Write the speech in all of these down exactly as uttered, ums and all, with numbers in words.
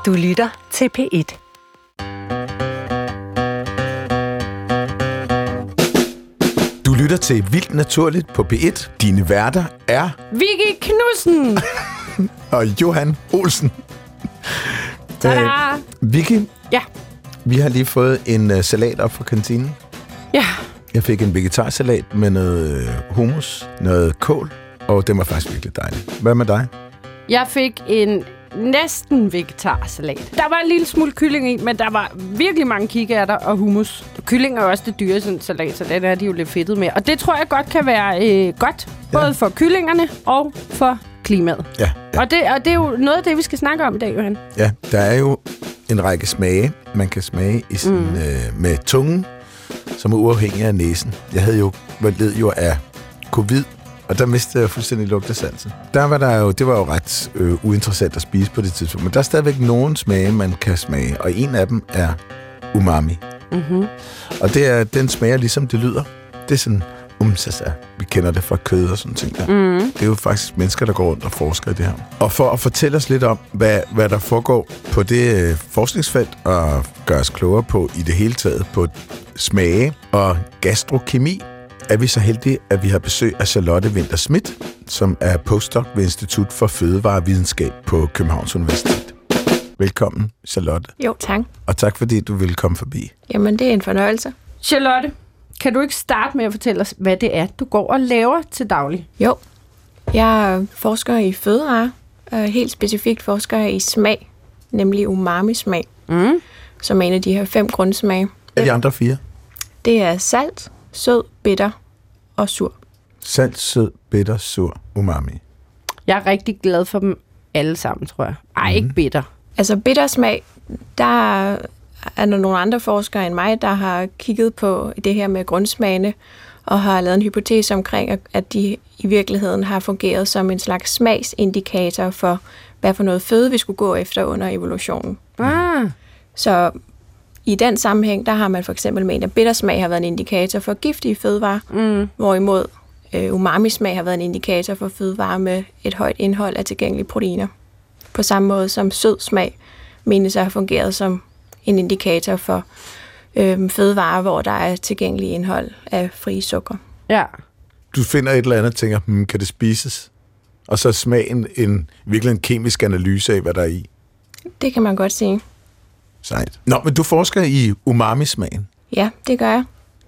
Du lytter til P et. Du lytter til Vildt Naturligt på P et. Dine værter er Vicky Knudsen og Johan Olsen. Tada! Øh, Vicky, ja. vi har lige fået en uh, salat op fra kantinen. Ja. Jeg fik en vegetarsalat med noget uh, hummus, noget kål, og den var faktisk virkelig dejlig. Hvad med dig? Jeg fik en næsten vegetarsalat. Der var en lille smule kylling i, men der var virkelig mange kikærter og hummus. Kylling er også det dyre sådan en salat, så den er de jo lidt fedtet med. Og det tror jeg godt kan være øh, godt, både ja. for kyllingerne og for klimaet. Ja, ja. Og, det, og det er jo noget af det, vi skal snakke om i dag, Johan. Ja, der er jo en række smage, man kan smage i sådan, mm. øh, med tungen, som er uafhængig af næsen. Jeg havde jo, led jo af covid, og der mistede jeg fuldstændig lugtesansen. Der var der jo, det var jo ret øh, uinteressant at spise på det tidspunkt, men der er stadigvæk nogen smage, man kan smage, og en af dem er umami. Mm-hmm. Og det er, den smager ligesom det lyder. Det er sådan, umsasa. Vi kender det fra kød og sådan ting der. Mm. Det er jo faktisk mennesker, der går rundt og forsker i det her. Og for at fortælle os lidt om, hvad, hvad der foregår på det øh, forskningsfelt, og gøre os klogere på i det hele taget, på smage og gastrokemi, er vi så heldige, at vi har besøg af Charlotte Winther Schmidt, som er postdoc ved Institut for Fødevarevidenskab på Københavns Universitet. Velkommen, Charlotte. Jo, tak. Og tak, fordi du ville komme forbi. Jamen, det er en fornøjelse. Charlotte, kan du ikke starte med at fortælle os, hvad det er, du går og laver til daglig? Jo, jeg forsker i fødevarer, og helt specifikt forsker jeg i smag, nemlig umami-smag, Mm. som er en af de her fem grundsmage. Er de andre fire? Det er salt, sød, bitter og sur. Salt, sød, bitter, sur, umami. Jeg er rigtig glad for dem alle sammen, tror jeg. Ej, mm. ikke bitter. Altså bittersmag, der er der nogle andre forskere end mig, der har kigget på det her med grundsmagene, og har lavet en hypotese omkring, at de i virkeligheden har fungeret som en slags smagsindikator for, hvad for noget føde vi skulle gå efter under evolutionen. Ah. Så i den sammenhæng, der har man for eksempel ment, at bittersmag har været en indikator for giftige fødevarer, Mm. hvorimod øh, umami-smag har været en indikator for fødevarer med et højt indhold af tilgængelige proteiner. På samme måde som sød smag menes at have fungeret som en indikator for øh, fødevarer, hvor der er tilgængelig indhold af frie sukker. Ja. Du finder et eller andet og tænker, hmm, kan det spises? Og så er smagen en, virkelig en kemisk analyse af, hvad der er i. Det kan man godt sige. Sejt. Nå, men du forsker i umami-smagen. Ja, det gør jeg.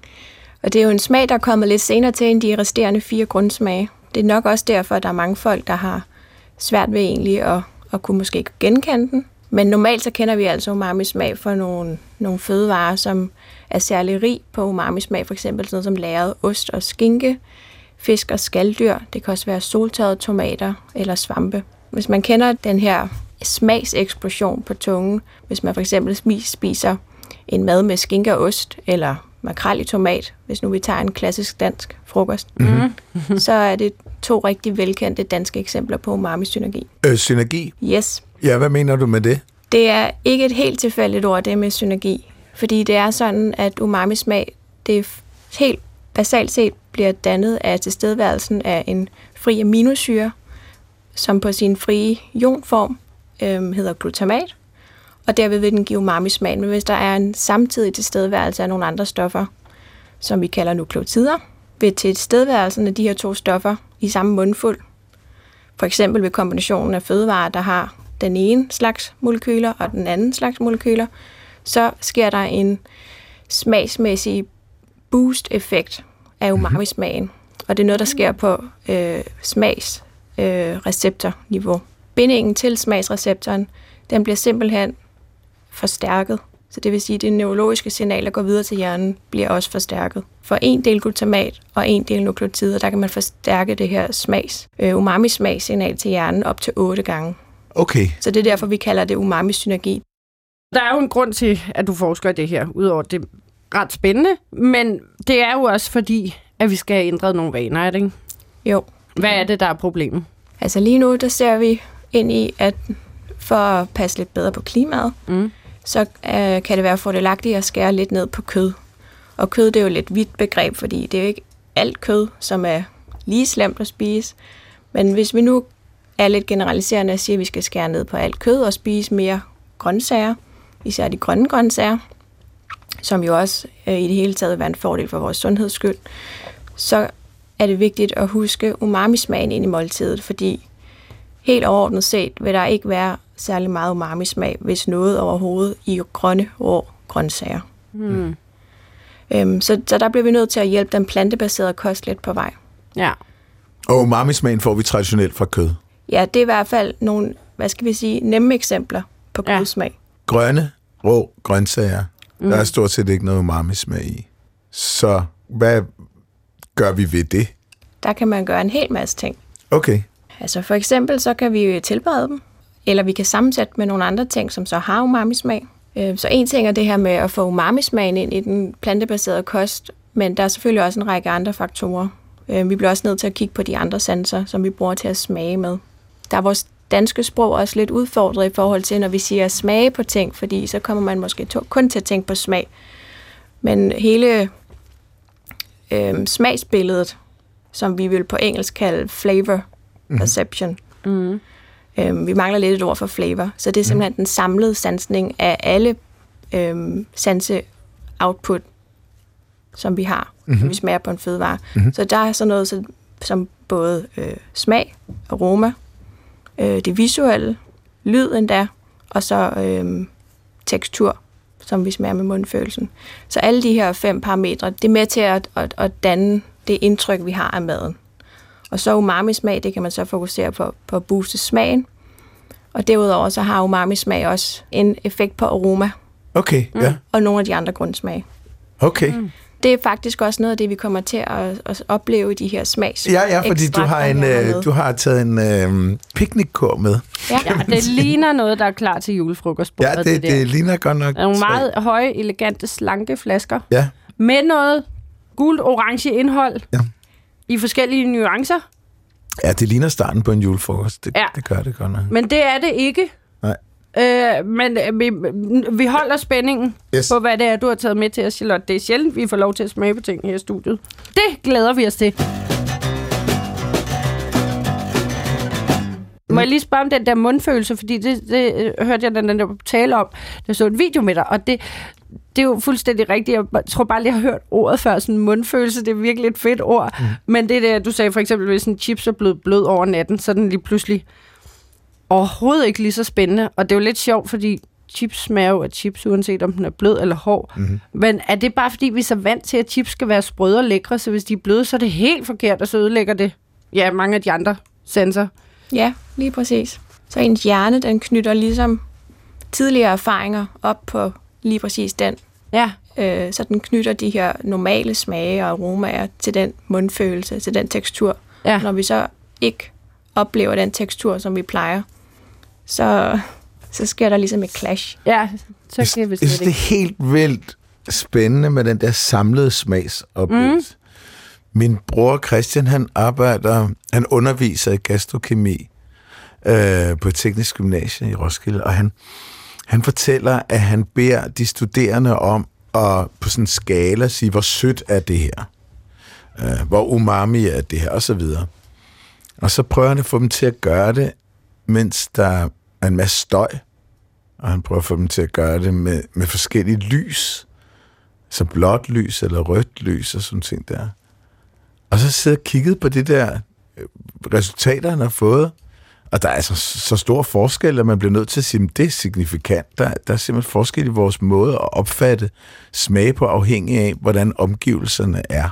Og det er jo en smag, der er kommet lidt senere til end de resterende fire grundsmage. Det er nok også derfor, at der er mange folk, der har svært ved egentlig at, at kunne måske genkende den. Men normalt så kender vi altså umami-smag for nogle, nogle fødevarer, som er særlig rig på umami-smag. For eksempel sådan noget som lærred, ost og skinke, fisk og skalddyr. Det kan også være soltørrede tomater eller svampe. Hvis man kender den her smagseksplosion på tungen, hvis man for eksempel spiser en mad med skinke og ost, eller makrel i tomat, hvis nu vi tager en klassisk dansk frokost, mm-hmm. så er det to rigtig velkendte danske eksempler på umami-synergi. Øh, synergi? Yes. Ja, hvad mener du med det? Det er ikke et helt tilfældigt ord, det med synergi, fordi det er sådan, at umami-smag, det er helt basalt set bliver dannet af tilstedeværelsen af en fri aminosyre, som på sin frie ionform øh, hedder glutamat, og derved vil den give umami-smag. Men hvis der er en samtidig tilstedeværelse af nogle andre stoffer, som vi kalder nukleotider, ved tilstedeværelsen af de her to stoffer i samme mundfuld, for eksempel ved kombinationen af fødevarer, der har den ene slags molekyler og den anden slags molekyler, så sker der en smagsmæssig boost-effekt af umami-smagen. Og det er noget, der sker på øh, smagsreceptorniveau. Øh, Bindingen til smagsreceptoren, den bliver simpelthen forstærket. Så det vil sige, at det neurologiske signal, der går videre til hjernen, bliver også forstærket. For en del glutamat og en del nukleotider, der kan man forstærke det her smags, øh, umami-smagssignal til hjernen op til otte gange. Okay. Så det er derfor, vi kalder det umami-synergi. Der er jo en grund til, at du forsker i det her, udover det er ret spændende, men det er jo også fordi, at vi skal have ændret nogle vaner, er det ikke? Jo. Hvad er det, der er problemet? Altså lige nu, der ser vi ind i, at for at passe lidt bedre på klimaet, mm. så øh, kan det være fordelagtigt at skære lidt ned på kød. Og kød, det er jo lidt vidt begreb, fordi det er jo ikke alt kød, som er lige slemt at spise. Men hvis vi nu er lidt generaliserende og siger, at vi skal skære ned på alt kød og spise mere grøntsager, især de grønne grøntsager, som jo også øh, i det hele taget vil være en fordel for vores sundheds skyld, så er det vigtigt at huske umami-smagen ind i måltidet, fordi helt overordnet set vil der ikke være særlig meget umami-smag, hvis noget overhovedet i grønne rå grøntsager. Mm. Øhm, så, så der bliver vi nødt til at hjælpe den plantebaserede kost lidt på vej. Ja. Og umami-smagen får vi traditionelt fra kød. Ja, det er i hvert fald nogle, hvad skal vi sige, nemme eksempler på Ja. kødsmag. Grønne, rå grøntsager, mm. der er stort set ikke noget umami-smag i. Så hvad gør vi ved det? Der kan man gøre en hel masse ting. Okay. Altså for eksempel, så kan vi tilberede dem, eller vi kan sammensætte med nogle andre ting, som så har umami-smag. Så en ting er det her med at få umami-smagen ind i den plantebaserede kost, men der er selvfølgelig også en række andre faktorer. Vi bliver også nødt til at kigge på de andre sanser, som vi bruger til at smage med. Der er vores danske sprog også lidt udfordret i forhold til, når vi siger at smage på ting, fordi så kommer man måske to- kun til at tænke på smag. Men hele øh, smagsbilledet, som vi vil på engelsk kalde flavor perception, mm. øh, vi mangler lidt et ord for flavor, så det er simpelthen mm. den samlede sansning af alle øh, sanse-output, som vi har, mm-hmm. når vi smager på en fødevare. Mm-hmm. Så der er sådan noget så, som både øh, smag, aroma, øh, det visuelle, lyd endda, og så øh, tekstur, som vi smager med mundfølelsen. Så alle de her fem parametre, det er med til at, at, at danne det indtryk, vi har af maden. Og så umami-smag, det kan man så fokusere på, på at booste smagen. Og derudover så har umami-smag også en effekt på aroma. Okay, mm. ja. Og nogle af de andre grundsmage. Okay. Mm. Det er faktisk også noget af det, vi kommer til at, at opleve i de her smags. Ja, ja, fordi du har, en, øh, du har taget en øh, picnickurv med. Ja. Ja, det ligner noget, der er klar til julefrokostbordet. Ja, det, det, det ligner godt nok. Der er nogle meget høje, elegante, slanke flasker. Ja. Med noget gult-orange indhold. Ja. I forskellige nuancer. Ja, det ligner starten på en julefrokost. Det, ja. det gør det godt nok. Men det er det ikke. Nej. Øh, men vi, vi holder spændingen yes. på, hvad det er, du har taget med til os, Charlotte. Det er sjældent, vi får lov til at smage på ting her i studiet. Det glæder vi os til. Mm. Må jeg lige spørge om den der mundfølelse, fordi det, det hørte jeg den der tale om. Der så en video med dig, og det, det er jo fuldstændig rigtigt. Jeg tror bare lige, jeg har hørt ordet før, sådan mundfølelse. Det er virkelig et fedt ord. Mm. Men det der, du sagde for eksempel, hvis en chips er blevet blød over natten, så er den lige pludselig overhovedet ikke lige så spændende. Og det er jo lidt sjovt, fordi chips smager jo af chips, uanset om den er blød eller hård. Mm-hmm. Men er det bare, fordi vi er så vant til, at chips skal være sprøde og lækre, så hvis de er bløde, så er det helt forkert, og så ødelægger det ja, mange af de andre sanser? Ja, lige præcis. Så ens hjerne, den knytter ligesom tidligere erfaringer op på lige præcis den. Ja. Øh, så den knytter de her normale smage og aromaer til den mundfølelse, til den tekstur. Ja. Når vi så ikke oplever den tekstur, som vi plejer, så, så sker der ligesom et clash. Ja, så kan vi det. Det er helt vildt spændende med den der samlede smagsoplevelse. Mm. Min bror Christian, han arbejder, han underviser i gastrokemi øh, på et teknisk gymnasie i Roskilde, og han, han fortæller, at han beder de studerende om at på sådan en skala sige, hvor sødt er det her, øh, hvor umami er det her, og så videre. Og så prøver han at få dem til at gøre det, mens der er en masse støj. Og han prøver at få dem til at gøre det med, med forskellige lys. Så blåt lys eller rødt lys og sådan ting der. Og så sidder jeg og kigget på det der resultater, han har fået. Og der er altså så stor forskel, at man bliver nødt til at sige, at det er signifikant. Der, der er simpelthen forskel i vores måde at opfatte smag på, afhængig af, hvordan omgivelserne er.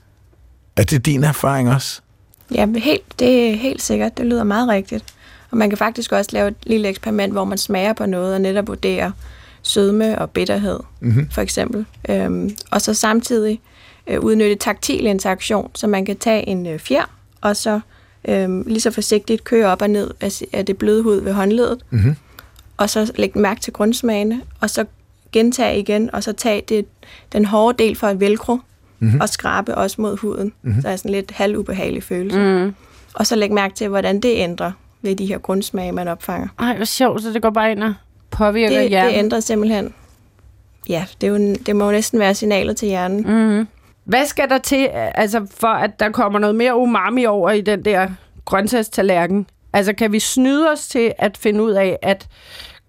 Er det din erfaring også? Ja, helt, det er helt sikkert. Det lyder meget rigtigt. Og man kan faktisk også lave et lille eksperiment, hvor man smager på noget og netop vurderer sødme og bitterhed, mm-hmm. for eksempel. Øhm, og så samtidig øh, udnytte taktil interaktion, så man kan tage en øh, fjer, og så øh, lige så forsigtigt køre op og ned af, af det bløde hud ved håndledet, mm-hmm. og så lægge mærke til grundsmagene, og så gentage igen, og så tage det, den hårde del fra et velcro, mm-hmm. og skrabe også mod huden. Mm-hmm. Så er sådan lidt halvubehagelig følelse. Mm. Og så læg mærke til, hvordan det ændrer ved de her grundsmage, man opfanger. Ej, hvor sjovt, så det går bare ind og påvirker det, hjernen. Det ændrer simpelthen. Ja, det, er jo, det må jo næsten være signalet til hjernen. Mm. Hvad skal der til, altså for at der kommer noget mere umami over i den der grøntsagstallerken? Altså kan vi snyde os til at finde ud af, at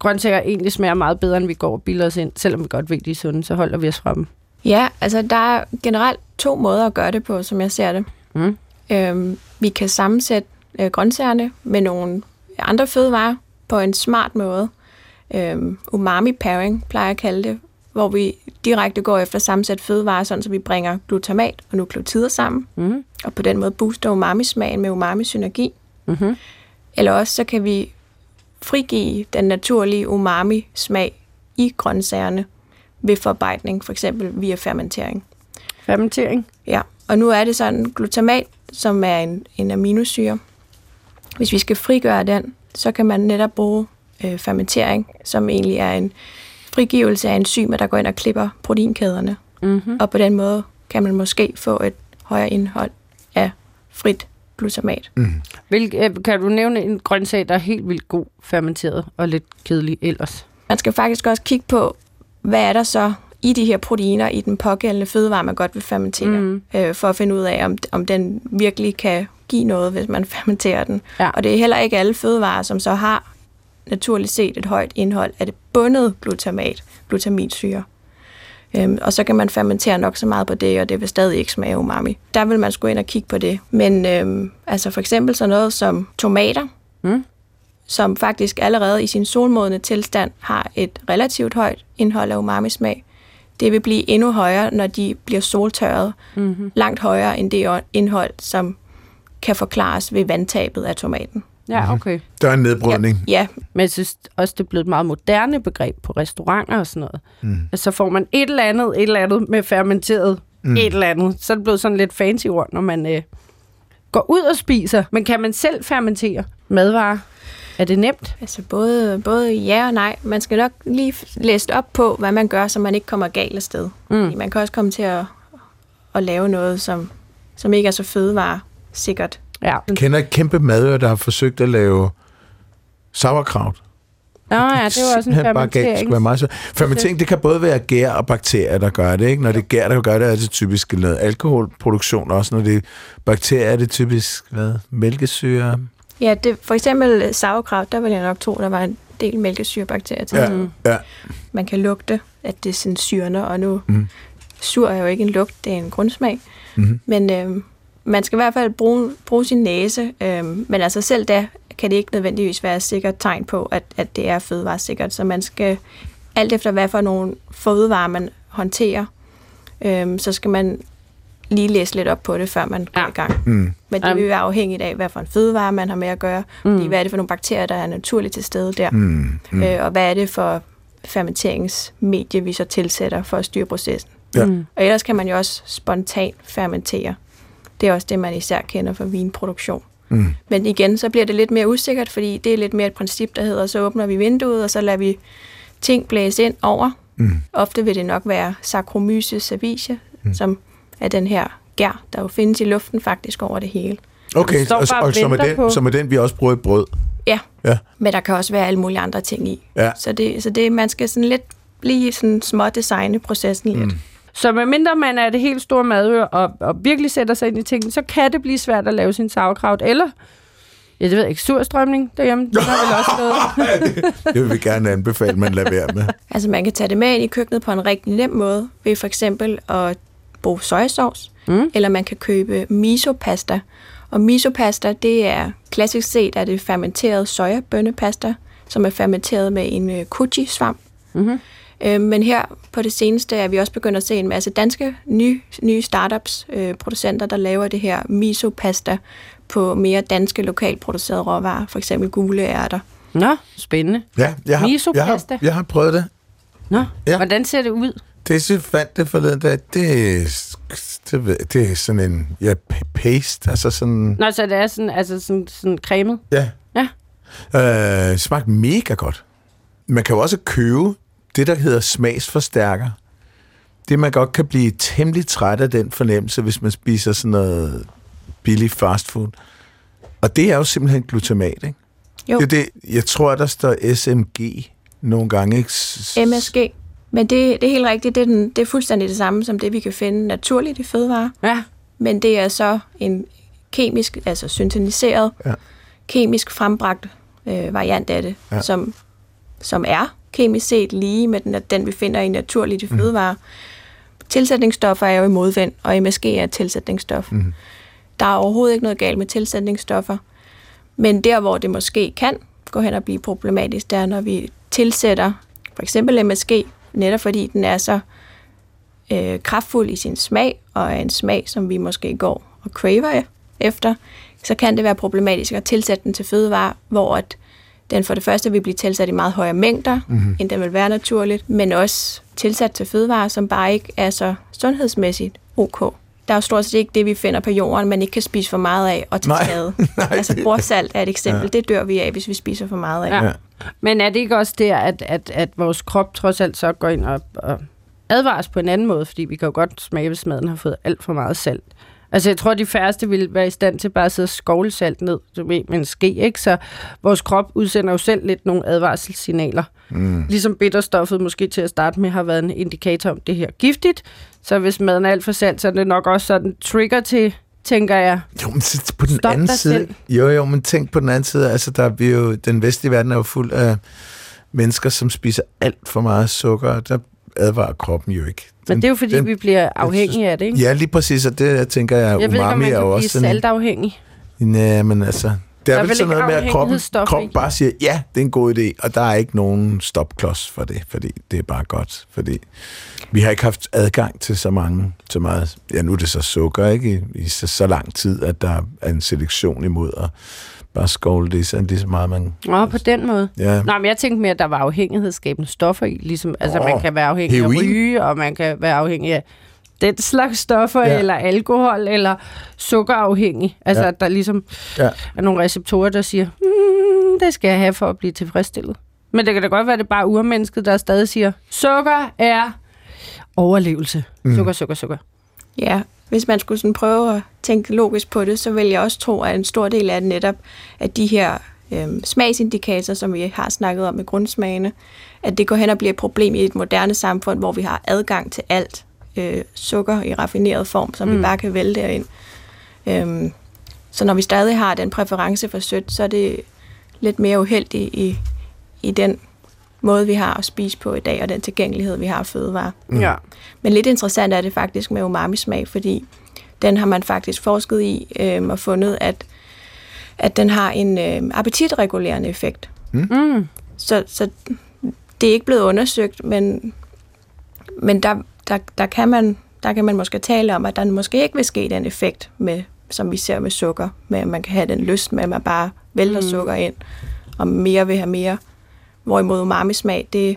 grøntsager egentlig smager meget bedre, end vi går og bilder os ind. Selvom vi godt ved, de er sunde, så holder vi os fra dem. Ja, altså der er generelt to måder at gøre det på, som jeg ser det. Mm. Øhm, vi kan sammensætte øh, grøntsagerne med nogle andre fødevarer på en smart måde. Øhm, umami pairing plejer jeg at kalde det, hvor vi direkte går efter sammensat fødevarer, sådan så vi bringer glutamat og nukleotider sammen, Mm. og på den måde booster umami-smagen med umami-synergi. Mm-hmm. Eller også så kan vi frigive den naturlige umami-smag i grøntsagerne ved forarbejdning, for eksempel via fermentering. Fermentering. Ja, og nu er det sådan glutamat, som er en, en aminosyre. Hvis vi skal frigøre den, så kan man netop bruge øh, fermentering, som egentlig er en frigivelse af enzymer, der går ind og klipper proteinkæderne. Mm-hmm. Og på den måde kan man måske få et højere indhold af frit glutamat. Mm. Hvil, øh, kan du nævne en grøntsag, der er helt vildt god fermenteret og lidt kedelig ellers? Man skal faktisk også kigge på, hvad er der så i de her proteiner i den pågældende fødevare, man godt vil fermentere, Mm. øh, for at finde ud af, om, om den virkelig kan give noget, hvis man fermenterer den. Ja. Og det er heller ikke alle fødevarer, som så har naturligt set et højt indhold af det bundet glutamat, glutaminsyre. Øhm, og så kan man fermentere nok så meget på det, og det vil stadig ikke smage umami. Der vil man sgu ind og kigge på det. Men øhm, altså for eksempel sådan noget som tomater, Mm. som faktisk allerede i sin solmodne tilstand har et relativt højt indhold af umami-smag. Det vil blive endnu højere, når de bliver soltørret. Mm-hmm. Langt højere end det indhold, som kan forklares ved vandtabet af tomaten. Ja, okay. Der er en nedbrydning. Ja, ja. Men jeg synes også, det er blevet et meget moderne begreb på restauranter og sådan noget. Mm. Så får man et eller andet, et eller andet med fermenteret Mm. et eller andet. Så er det blevet sådan lidt fancy ord, når man øh, går ud og spiser. Men kan man selv fermentere madvarer? Er det nemt? Altså både, både ja og nej. Man skal nok lige læse op på, hvad man gør, så man ikke kommer galt af sted. Mm. Man kan også komme til at, at lave noget, som, som ikke er så fødevaresikkert. Ja. Jeg kender et kæmpe madør, der har forsøgt at lave sauerkraut. Nå ja, det var også en Simpelthen bare galt. Det fermentering. skulle være meget svært. Fermentering, det kan både være gær og bakterier, der gør det, ikke? Når det er gær, der gør det, er det typisk noget alkoholproduktion også. Når det er bakterier, er det typisk, hvad? Mælkesyre? Ja, det, for eksempel sauerkraut, der vil jeg nok tro, der var en del mælkesyrebakterier til. Ja, Mm. ja. Man kan lugte, at det er sådan syrende, og nu Mm. sur er jo ikke en lugt, det er en grundsmag. Mm-hmm. Men øh, man skal i hvert fald bruge, bruge sin næse, øh, men altså selv da kan det ikke nødvendigvis være et sikkert tegn på, at, at det er fødevaresikkert. Så man skal, alt efter hvad for nogle fødevarer man håndterer, øh, så skal man lige læse lidt op på det, før man går Ja. i gang. Mm. Men det vil være afhængigt af, hvad for en fødevare man har med at gøre, Mm. fordi hvad er det for nogle bakterier, der er naturligt til stede der, Mm. Mm. øh, og hvad er det for fermenteringsmedie, vi så tilsætter for at styre processen. Ja. Mm. Og ellers kan man jo også spontant fermentere. Det er også det, man især kender fra vinproduktion. Mm. Men igen, så bliver det lidt mere usikkert, fordi det er lidt mere et princip, der hedder, så åbner vi vinduet, og så lader vi ting blæse ind over. Mm. Ofte vil det nok være Saccharomyces cerevisiae, mm. som er den her gær, der jo findes i luften faktisk over det hele. Okay, Du står og, bare og og som, er venter den, på- som er den, vi også bruger i brød. Ja, Ja. men der kan også være alle mulige andre ting i. Ja. Så, det, så det, man skal sådan lidt blive sådan små designe processen lidt. Mm. Så medmindre man er det helt store madør og, og virkelig sætter sig ind i tingene, så kan det blive svært at lave sin sauerkraut. Eller, ja, det ved jeg ikke, surstrømning derhjemme. Det har vel også noget. Det vil vi gerne anbefale, man lader være med. Altså man kan tage det med ind i køkkenet på en rigtig nem måde, ved for eksempel at bruge sojasauce, Mm. eller man kan købe misopasta. Og misopasta, det er klassisk set er det fermenteret sojabønnepasta, som er fermenteret med en øh, koji-svamp. Mm-hmm. Øh, men her på det seneste er vi også begyndt at se en masse danske nye, nye startups, øh, producenter, der laver det her misopasta på mere danske lokalt producerede råvarer, for eksempel gule ærter. Nå, spændende. Ja, jeg har, jeg Misopasta? har, jeg har prøvet det. Nå, Ja. hvordan ser det ud? Det jeg fandt det forleden, det, det, det, ved- det er sådan en ja, p- paste, altså sådan, Nå, så det er sådan, altså sådan, sådan cremet. ja. Ja. Øh, det smagte mega godt. Man kan jo også købe det, der hedder smagsforstærker. Det, man godt kan blive temmelig træt af den fornemmelse, hvis man spiser sådan noget billig fastfood. Og det er jo simpelthen glutamat, ikke? Jo. Det er det, jeg tror, der står S M G nogle gange, ikke? S- M S G. Men det, det er helt rigtigt, det er, den, det er fuldstændig det samme som det, vi kan finde naturligt i fødevarer. Ja. Men det er så en kemisk, altså syntetiseret, Ja. kemisk frembragt øh, variant af det, Ja. ja. som som er kemisk set lige med den, den vi finder i naturligt i fødevarer. Mm. Tilsætningsstoffer er jo i modvind, og M S G er et tilsætningsstof. Mm. Der er overhovedet ikke noget galt med tilsætningsstoffer, men der, hvor det måske kan gå hen og blive problematisk, det er, når vi tilsætter for eksempel M S G, netop fordi den er så øh, kraftfuld i sin smag, og er en smag, som vi måske går og craver efter, så kan det være problematisk at tilsætte den til fødevarer, hvor at den for det første vil blive tilsat i meget højere mængder, mm-hmm. end den vil være naturligt, men også tilsat til fødevarer, som bare ikke er så sundhedsmæssigt ok. Der er jo stort set ikke det, vi finder på jorden, man ikke kan spise for meget af og tage skade. Altså bordsalt er et eksempel. Ja. Det dør vi af, hvis vi spiser for meget af. Ja. Men er det ikke også der, at, at, at vores krop trods alt så går ind og, og advares på en anden måde? Fordi vi kan jo godt smage, hvis maden har fået alt for meget salt. Altså, jeg tror, de færreste ville være i stand til bare at sidde og skovle salt ned med en ske, ikke? Så vores krop udsender jo selv lidt nogle advarselssignaler. Mm. Ligesom bitterstoffet måske til at starte med har været en indikator om, det her giftigt. Så hvis maden er alt for salt, så er det nok også sådan trigger til, tænker jeg. Jo, men på den anden side. Selv. Jo, jo, men tænk på den anden side. Altså, der er vi jo, den vestlige verden er jo fuld af mennesker, som spiser alt for meget sukker. Der advarer kroppen jo ikke. Men det er jo fordi, den, vi bliver afhængige af det, ikke? Ja, lige præcis, og det jeg tænker jeg, jeg umami er jo også sådan... Jeg ved ikke, om man kan blive saltafhængig. Nej, men altså... Det er, er vel sådan noget med, at kroppen, kroppen bare siger, ja, det er en god idé, og der er ikke nogen stopklods for det, fordi det er bare godt. Fordi vi har ikke haft adgang til så mange, så meget... Ja, nu er det så sukker, ikke? I, i så, så lang tid, at der er en selektion imod at bare skovle det, så lige så meget man... Åh, på den måde. Ja. Nå, men jeg tænkte mere, at der var afhængighedsskabende stoffer i. Ligesom, altså, oh, man kan være afhængig heroin. af ryge, og man kan være afhængig af den slags stoffer, ja. eller alkohol, eller sukkerafhængig. Altså, ja. at der ligesom ja. er nogle receptorer, der siger, mm, det skal jeg have for at blive tilfredsstillet. Men det kan da godt være, at det er bare urmennesket, der stadig siger, sukker er overlevelse. Mm. Sukker, sukker, sukker. Ja, hvis man skulle sådan prøve at tænke logisk på det, så vil jeg også tro, at en stor del af det netop, at de her øhm, smagsindikatorer, som vi har snakket om med grundsmagene, at det går hen og bliver et problem i et moderne samfund, hvor vi har adgang til alt øh, sukker i raffineret form, som mm. vi bare kan vælge derind. Øhm, så når vi stadig har den præference for sødt, så er det lidt mere uheldigt i, i den måde, vi har at spise på i dag, og den tilgængelighed, vi har af fødevarer. Mm. Ja. Men lidt interessant er det faktisk med umami-smag, fordi den har man faktisk forsket i øh, og fundet, at, at den har en øh, appetitregulerende effekt. Mm. Så, så det er ikke blevet undersøgt, men, men der, der, der, kan man, der kan man måske tale om, at der måske ikke vil ske den effekt, med, som vi ser med sukker, med at man kan have den lyst med, at man bare vælter mm. sukker ind, og mere vil have mere. Hvorimod umami-smag, det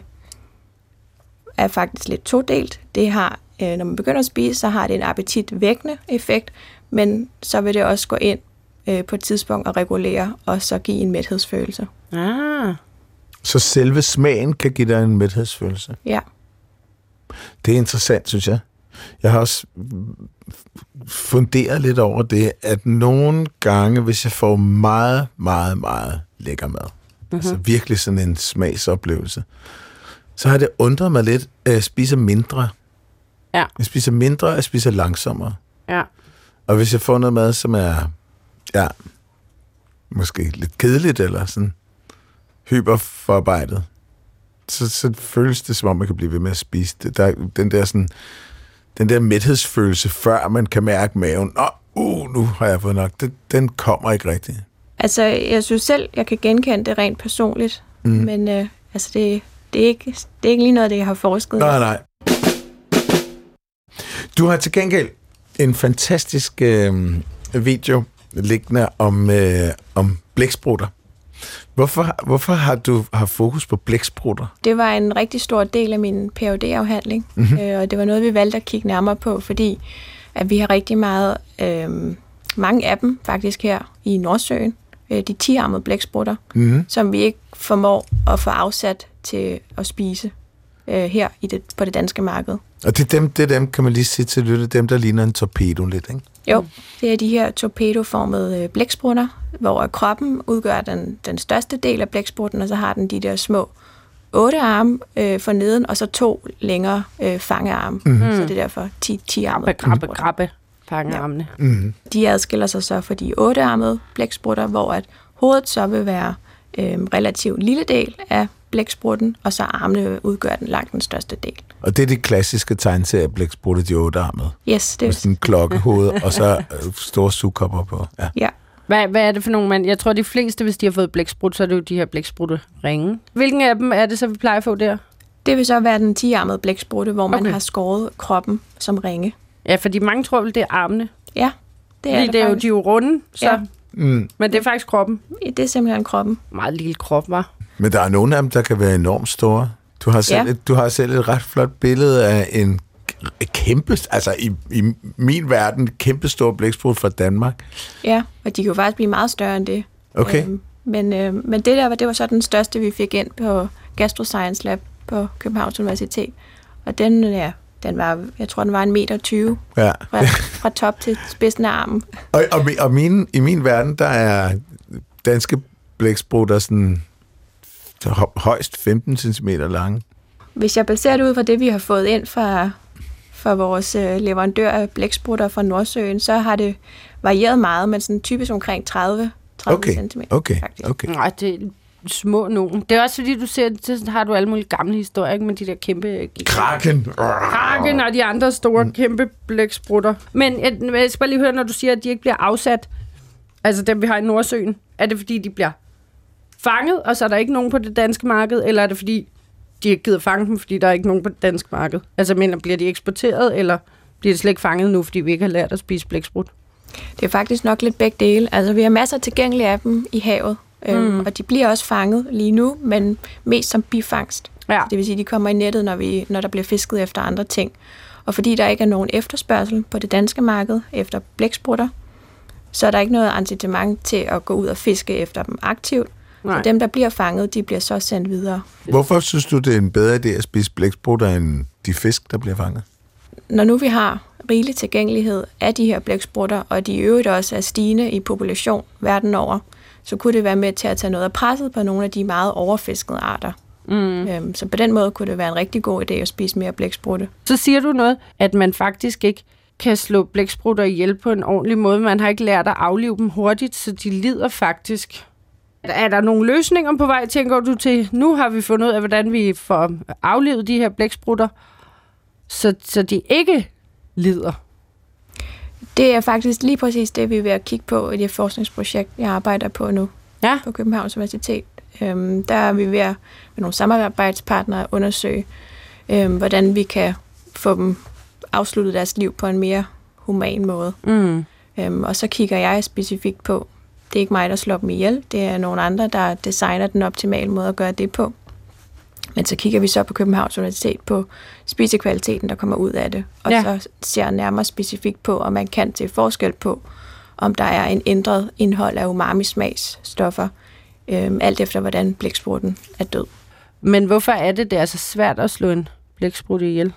er faktisk lidt todelt. Det har, øh, når man begynder at spise, så har det en appetitvækkende effekt, men så vil det også gå ind øh, på et tidspunkt og regulere, og så give en mæthedsfølelse. Ah. Så selve smagen kan give dig en mæthedsfølelse? Ja. Det er interessant, synes jeg. Jeg har også funderet lidt over det, at nogle gange, hvis jeg får meget, meget, meget lækker mad, mm-hmm. altså virkelig sådan en smagsoplevelse, så har det undret mig lidt, at jeg spiser mindre. Ja. Jeg spiser mindre, jeg spiser langsommere. Ja. Og hvis jeg får noget mad, som er, ja, måske lidt kedeligt, eller sådan hyperforarbejdet, så, så føles det, som om man kan blive ved med at spise det. Der, den der sådan, den der mæthedsfølelse, før man kan mærke maven, åh, uh, nu har jeg fået nok, den, den kommer ikke rigtigt. Altså, jeg synes selv, jeg kan genkende det rent personligt, mm. men øh, altså, det, det, er ikke, det er ikke lige noget, det jeg har forsket. Nej, nej. Du har til gengæld en fantastisk øh, video liggende om, øh, om blæksprutter. Hvorfor, hvorfor har du har fokus på blæksprutter? Det var en rigtig stor del af min P H D-afhandling, mm-hmm. øh, og det var noget, vi valgte at kigge nærmere på, fordi at vi har rigtig meget, øh, mange af dem faktisk her i Nordsøen, øh, de ti-armede blæksprutter, mm-hmm. som vi ikke formår at få afsat til at spise øh, her i det, på det danske marked. Og det er, dem, det er dem, kan man lige sige til lytte, dem, der ligner en torpedo lidt, ikke? Jo, det er de her torpedoformede blæksprutter, hvor kroppen udgør den, den største del af blæksprutten, og så har den de der små otte arme øh, for neden, og så to længere øh, fangearme. Mm-hmm. Så det er derfor ti-armede krabbe, krabbe, fangearmene. Ja. Mm-hmm. De adskiller sig så for de otte-armede blæksprutter, hvor at hovedet så vil være øh, relativt lille del af blæksprutten, og så armene udgør den langt den største del. Og det er de klassiske tegneserieblæksprutte, de ottearmede. Yes, det er med sådan en klokkehoved, og så store sugekopper på. Ja. ja. Hvad, hvad er det for nogle mand? Jeg tror, de fleste, hvis de har fået blæksprut, så er det jo de her blæksprutte ringe. Hvilken af dem er det, så vi plejer at få der? Det vil så være den ti-armede blæksprutte, hvor man Okay. har skåret kroppen som ringe. Ja, fordi mange tror vel, det er armene. Ja, det er Fordi det, det er jo, faktisk. de er jo runde, så... Ja. Mm. Men det er faktisk kroppen. Det er simpelthen kroppen. Meget lille krop, var. Men der er nogle af dem, der kan være enormt store. Du har selv, Ja. et, du har selv et ret flot billede af en kæmpe, altså i, i min verden, kæmpe stor blæksprut fra Danmark. Ja, og de kan jo faktisk blive meget større end det. Okay. Øhm, men, øh, men det der var, det var så den største, vi fik ind på Gastroscience Lab på Københavns Universitet. Og den, ja, den var, jeg tror, den var en meter tyve Ja. fra, fra top til spidsen af armen. Og, og, mi- og min, i min verden, der er danske blæksprutter sådan hø- højst femten centimeter lange. Hvis jeg baserer det ud fra det, vi har fået ind fra, fra vores øh, leverandør af blæksprutter fra Nordsøen, så har det varieret meget, men sådan typisk omkring tredive Okay, centimeter. okay, faktisk. okay. Nej, det er små nogen. Det er også fordi, du ser, så har du alle mulige gamle historier, ikke? Med de der kæmpe... Kraken. Kraken og de andre store, kæmpe blæksprutter. Men jeg, jeg skal bare lige høre, når du siger, at de ikke bliver afsat, altså dem, vi har i Nordsøen, er det fordi, de bliver fanget, og så er der ikke nogen på det danske marked, eller er det fordi, de ikke gider fange dem, fordi der er ikke nogen på det danske marked? Altså, men bliver de eksporteret, eller bliver de slet ikke fanget nu, fordi vi ikke har lært at spise blæksprut? Det er faktisk nok lidt begge dele. Altså, vi har masser tilgængelige af dem i havet, øhm, Mm. og de bliver også fanget lige nu, men mest som bifangst. Ja. Det vil sige, at de kommer i nettet, når, vi, når der bliver fisket efter andre ting. Og fordi der ikke er nogen efterspørgsel på det danske marked efter blæksprutter, så er der ikke noget incitament til at gå ud og fiske efter dem aktivt. Nej. Så dem, der bliver fanget, de bliver så sendt videre. Hvorfor synes du, det er en bedre idé at spise blæksprutter end de fisk, der bliver fanget? Når nu vi har rigelig tilgængelighed af de her blæksprutter, og de i øvrigt også er stigende i population verden over, så kunne det være med til at tage noget af presset på nogle af de meget overfiskede arter. Mm. Øhm, så på den måde kunne det være en rigtig god idé at spise mere blæksprutte. Så siger du noget, at man faktisk ikke kan slå blæksprutter ihjel på en ordentlig måde. Man har ikke lært at aflive dem hurtigt, så de lider faktisk. Er der nogle løsninger på vej, tænker du til? Nu har vi fundet ud af, hvordan vi får aflivet de her blæksprutter, så, så de ikke lider. Det er faktisk lige præcis det, vi er ved at kigge på i det forskningsprojekt, jeg arbejder på nu Ja. på Københavns Universitet. Øhm, der er vi ved at med nogle samarbejdspartnere undersøge, øhm, hvordan vi kan få dem afsluttet deres liv på en mere human måde. Mm. Øhm, og så kigger jeg specifikt på, det er ikke mig, der slår dem ihjel, det er nogle andre, der designer den optimale måde at gøre det på. Men så kigger vi så på Københavns Universitet på spisekvaliteten, der kommer ud af det, og Ja. så ser nærmere specifikt på, om man kan til forskel på, om der er en ændret indhold af umami-smagsstoffer, øhm, alt efter hvordan blæksprutten er død. Men hvorfor er det, det er så svært at slå en blæksprut ihjel?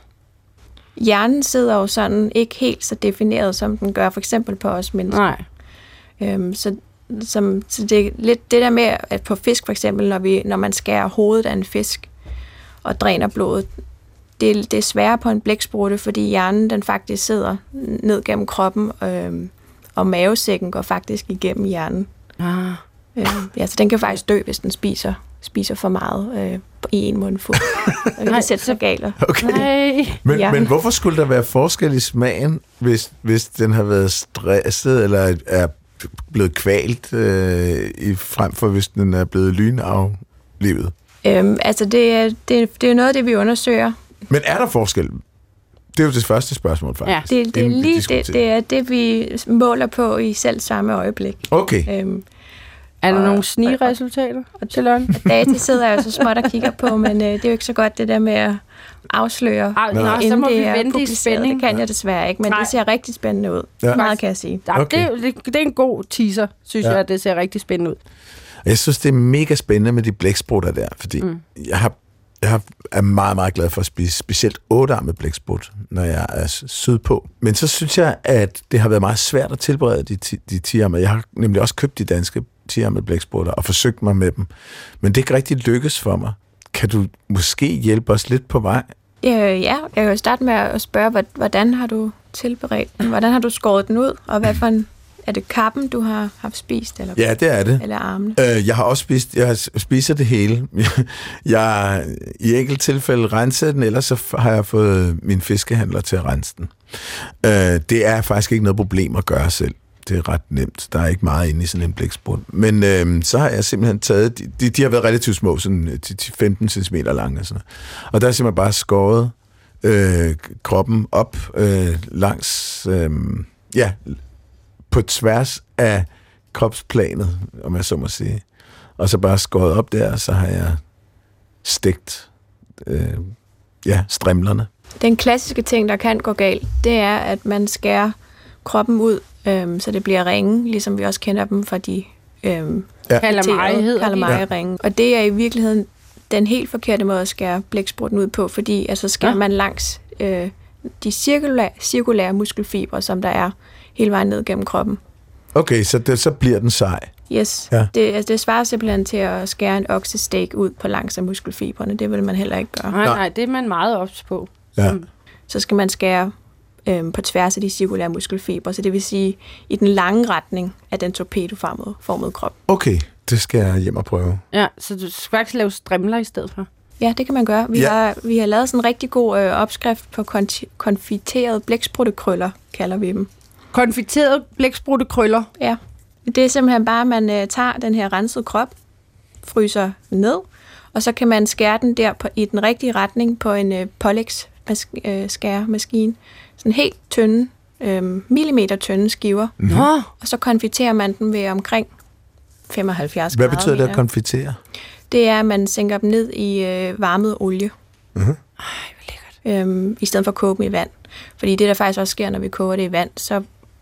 Hjernen sidder jo sådan ikke helt så defineret, som den gør for eksempel på os mennesker. Nej. Øhm, så, som, så det er lidt det der med, at på fisk for eksempel, når, vi, når man skærer hovedet af en fisk og dræner blodet, det, er- det er sværere på en blæksprutte, fordi hjernen den faktisk sidder ned gennem kroppen, øhm, og mavesækken går faktisk igennem hjernen. Ah. Øhm, ja, så den kan faktisk dø, hvis den spiser, spiser for meget øh, i en mundfuld. Og Nej, kan sætte sig galt. Okay. Nej. Men, Ja. men hvorfor skulle der være forskel i smagen, hvis, hvis den har været stresset eller er blevet kvalt, øh, i, frem for hvis den er blevet lynaflivet? Øhm, altså, det er, det, er- det er noget af det, vi undersøger. Men er der forskel? Det er jo det første spørgsmål, faktisk. Det, det er inden vi lige det, diskuterer. det er det, vi måler på i selv samme øjeblik. Okay. Øhm, Er der Og- nogle snigeresultater, Charlotte? data sidder jeg jo så småt og kigger på, men øh, det er jo ikke så godt det der med at afsløre, Ah, nå, så inden må vi det er vente i publiceret. spænding. Det kan jeg desværre ikke, men Nej. det ser rigtig spændende ud. Ja. Ja. Meget kan jeg sige. Ja, Okay. det, det, det er en god teaser, synes Ja. ja. jeg, at det ser rigtig spændende ud. Og jeg synes, det er mega spændende med de blæksprutter der, fordi mm. jeg, har, jeg har, er meget, meget glad for at spise specielt ottearmet blæksprut, når jeg er s- sydpå. Men så synes jeg, at det har været meget svært at tilberede de, ti- de tiarmede. Jeg har nemlig også købt de danske tiarmede blæksprutter og forsøgt mig med dem. Men det er ikke rigtig lykkes for mig. Kan du måske hjælpe os lidt på vej? Øh, ja, jeg kan jo starte med at spørge, hvor- hvordan har du tilberedt den? Hvordan har du skåret den ud? Og hvad for en Er det kappen, du har haft spist? Eller, Ja, det er det. Eller armene? Øh, jeg har også spist, jeg spiser det hele. Jeg i enkelt tilfælde renser den, ellers så har jeg fået min fiskehandler til at rense den. Øh, det er faktisk ikke noget problem at gøre selv. Det er ret nemt. Der er ikke meget inde i sådan en blæksprut. Men øh, så har jeg simpelthen taget, de, de har været relativt små, sådan femten centimeter lange. Og, sådan. Og der har jeg simpelthen bare skåret øh, kroppen op øh, langs, øh, ja, på tværs af kropsplanet, om jeg så må sige. Og så bare skåret op der, og så har jeg stegt øh, ja, strimlerne. Den klassiske ting, der kan gå galt, det er, at man skærer kroppen ud, øhm, så det bliver ringe, ligesom vi også kender dem fra de øhm, ja. calamari-ringe. Ja. Og det er i virkeligheden den helt forkerte måde at skære blæksprutten ud på, fordi altså skærer ja. man langs øh, de cirkulære, cirkulære muskelfibre, som der er hele vejen ned gennem kroppen. Okay, så, det, så bliver den sej. Yes. Ja. Det, altså, det svarer simpelthen til at skære en oksesteak ud på langs af muskelfibrene. Det vil man heller ikke gøre. Nej, nej, det er man meget ops på. Ja. Så skal man skære øhm, på tværs af de cirkulære muskelfibre, så det vil sige i den lange retning af den torpedoformede formede krop. Okay, det skal jeg hjem og prøve. Ja, så du skal faktisk lave strimler i stedet for? Ja, det kan man gøre. Vi, ja. har, vi har lavet sådan en rigtig god øh, opskrift på konti- konfiterede blækspruttekrøller, kalder vi dem. Konfiterede blækspruttekrøller? Ja. Det er simpelthen bare, at man øh, tager den her rensede krop, fryser ned, og så kan man skære den der på, i den rigtige retning på en øh, Pollex-skæremaskine. Sådan helt tynde, øh, millimeter tynde skiver. Mm-hmm. Og så konfiterer man den ved omkring femoghalvfjerds Hvad grader. betyder det at konfitere? Det er, at man sænker dem ned i øh, varmet olie. Mm-hmm. Ej, hvor lækkert. Øhm, I stedet for at koge dem i vand. Fordi det, der faktisk også sker, når vi koger det i vand, så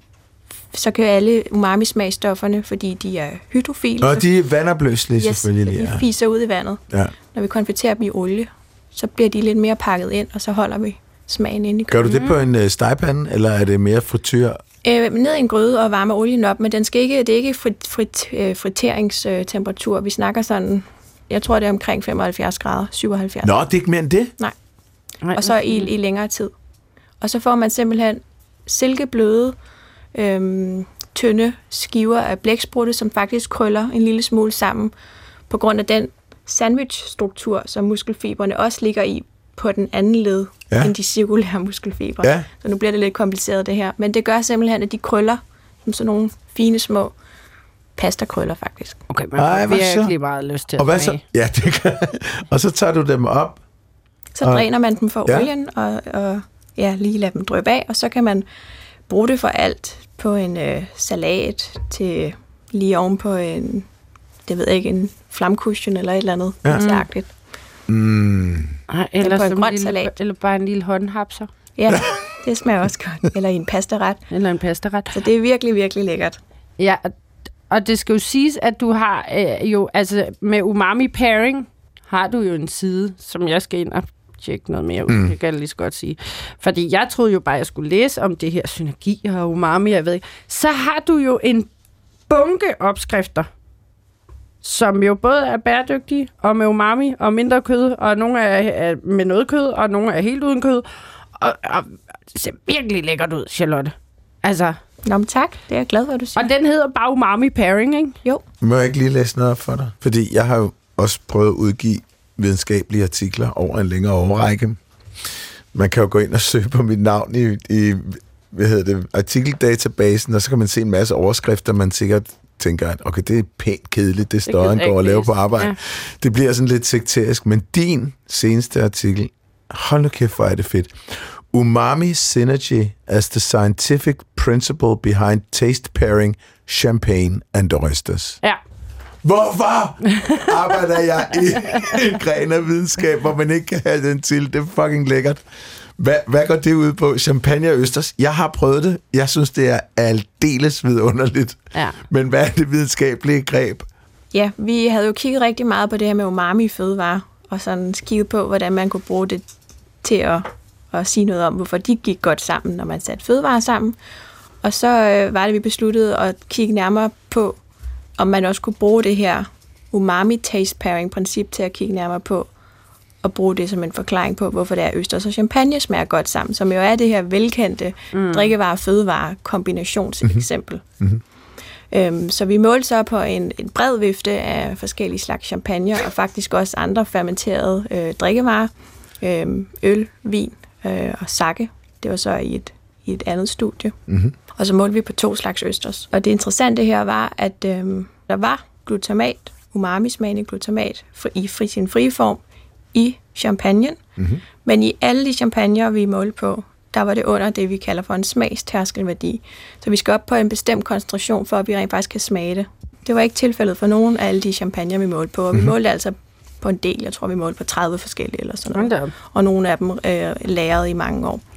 så kan alle umami-smagstofferne, fordi de er hydrofile. Og de er vandopløselige, yes, selvfølgelig. de fiser ud i vandet. Ja. Når vi konfiterer dem i olie, så bliver de lidt mere pakket ind, og så holder vi smagen inde i Gør køden. du det på en uh, stegepande, eller er det mere frityr? Øh, ned i en gryde og varme olien op, men den skal ikke, det er ikke frit, frit, øh, friteringstemperatur. Vi snakker sådan, jeg tror det er omkring femoghalvfjerds grader, syvoghalvfjerds. Nå, det er ikke mere end det? Nej. Og så i, i længere tid. Og så får man simpelthen silkebløde, øhm, tynde skiver af blæksprutte, som faktisk krøller en lille smule sammen, på grund af den sandwich-struktur, som muskelfibrene også ligger i på den anden led, ja. end de cirkulære muskelfibre. Ja. Så nu bliver det lidt kompliceret det her. Men det gør simpelthen, at de krøller som sådan nogle fine små pastakrøller faktisk. Okay, man har virkelig meget lyst til at og hvad så? Ja, det kan. Og så tager du dem op? Så og dræner man dem for ja. olien, og, og ja, lige lader dem dryppe af, og så kan man bruge det for alt på en øh, salat, til lige oven på en, det ved jeg ikke, en flamcushion eller et eller andet. Ja. Mm. Ej, eller, en grøn salat. Eller bare en lille håndhapser. Ja, det smager også godt. Eller i en pastaret. Eller en pastaret. Så det er virkelig, virkelig lækkert. Ja, og det skal jo siges, at du har øh, jo, altså med Umami Pairing, har du jo en side, som jeg skal ind og tjekke noget mere ud, mm. det kan jeg lige så godt sige. Fordi jeg troede jo bare, at jeg skulle læse om det her synergi og umami, jeg ved ikke. Så har du jo en bunke opskrifter, som jo både er bæredygtige, og med umami, og mindre kød, og nogle er med noget kød, og nogle er helt uden kød. Og, og det ser virkelig lækkert ud, Charlotte. Altså... Nå, men tak. Det er jeg glad for, at du siger. Og den hedder bare Umami Pairing, ikke? Jo. Må jeg ikke lige læse noget op for dig? Fordi jeg har jo også prøvet at udgive videnskabelige artikler over en længere årrække. Man kan jo gå ind og søge på mit navn i, i hvad hedder det, artikeldatabasen, og så kan man se en masse overskrifter, man sikkert tænker, at okay, det er pænt kedeligt, det står en går og laver på arbejde. Ja. Det bliver sådan lidt sekterisk, men din seneste artikel, hold nu kæft, hvor er det fedt. Umami Synergy as the scientific principle behind taste pairing champagne and oysters. Ja. Hvorfor arbejder jeg i en gren af videnskab, hvor man ikke kan have den til? Det er fucking lækkert. Hvad, hvad går det ud på? Champagne og østers? Jeg har prøvet det. Jeg synes, det er aldeles vidunderligt. Ja. Men hvad er det videnskabelige greb? Ja, vi havde jo kigget rigtig meget på det her med umami i fødevarer, og sådan kigget på, hvordan man kunne bruge det til at, at sige noget om, hvorfor de gik godt sammen, når man satte fødevarer sammen. Og så øh, var det, vi besluttede at kigge nærmere på, om man også kunne bruge det her umami taste pairing princip til at kigge nærmere på, og bruge det som en forklaring på, hvorfor det er østers og champagne smager godt sammen, som jo er det her velkendte mm. drikkevarer- og fødevare-kombinationseksempel. Mm-hmm. Øhm, så vi målte så på en, en bred vifte af forskellige slags champagne, og faktisk også andre fermenterede øh, drikkevarer, øh, øl, vin øh, og sake. Det var så i et, i et andet studie. Mm-hmm. Og så målte vi på to slags østers. Og det interessante her var, at øh, der var glutamat, umami-smagende glutamat, i fri, sin frie form i champagnen. Mm-hmm. Men i alle de champagner, vi målte på, der var det under det, vi kalder for en smagstærskelværdi. Så vi skal op på en bestemt koncentration, for at vi rent faktisk kan smage det. Det var ikke tilfældet for nogen af alle de champagner, vi målte på. Og vi mm-hmm. målte altså på en del. Jeg tror, vi målte på tredive forskellige eller sådan noget. Okay. Og nogle af dem øh, lagrede i mange år.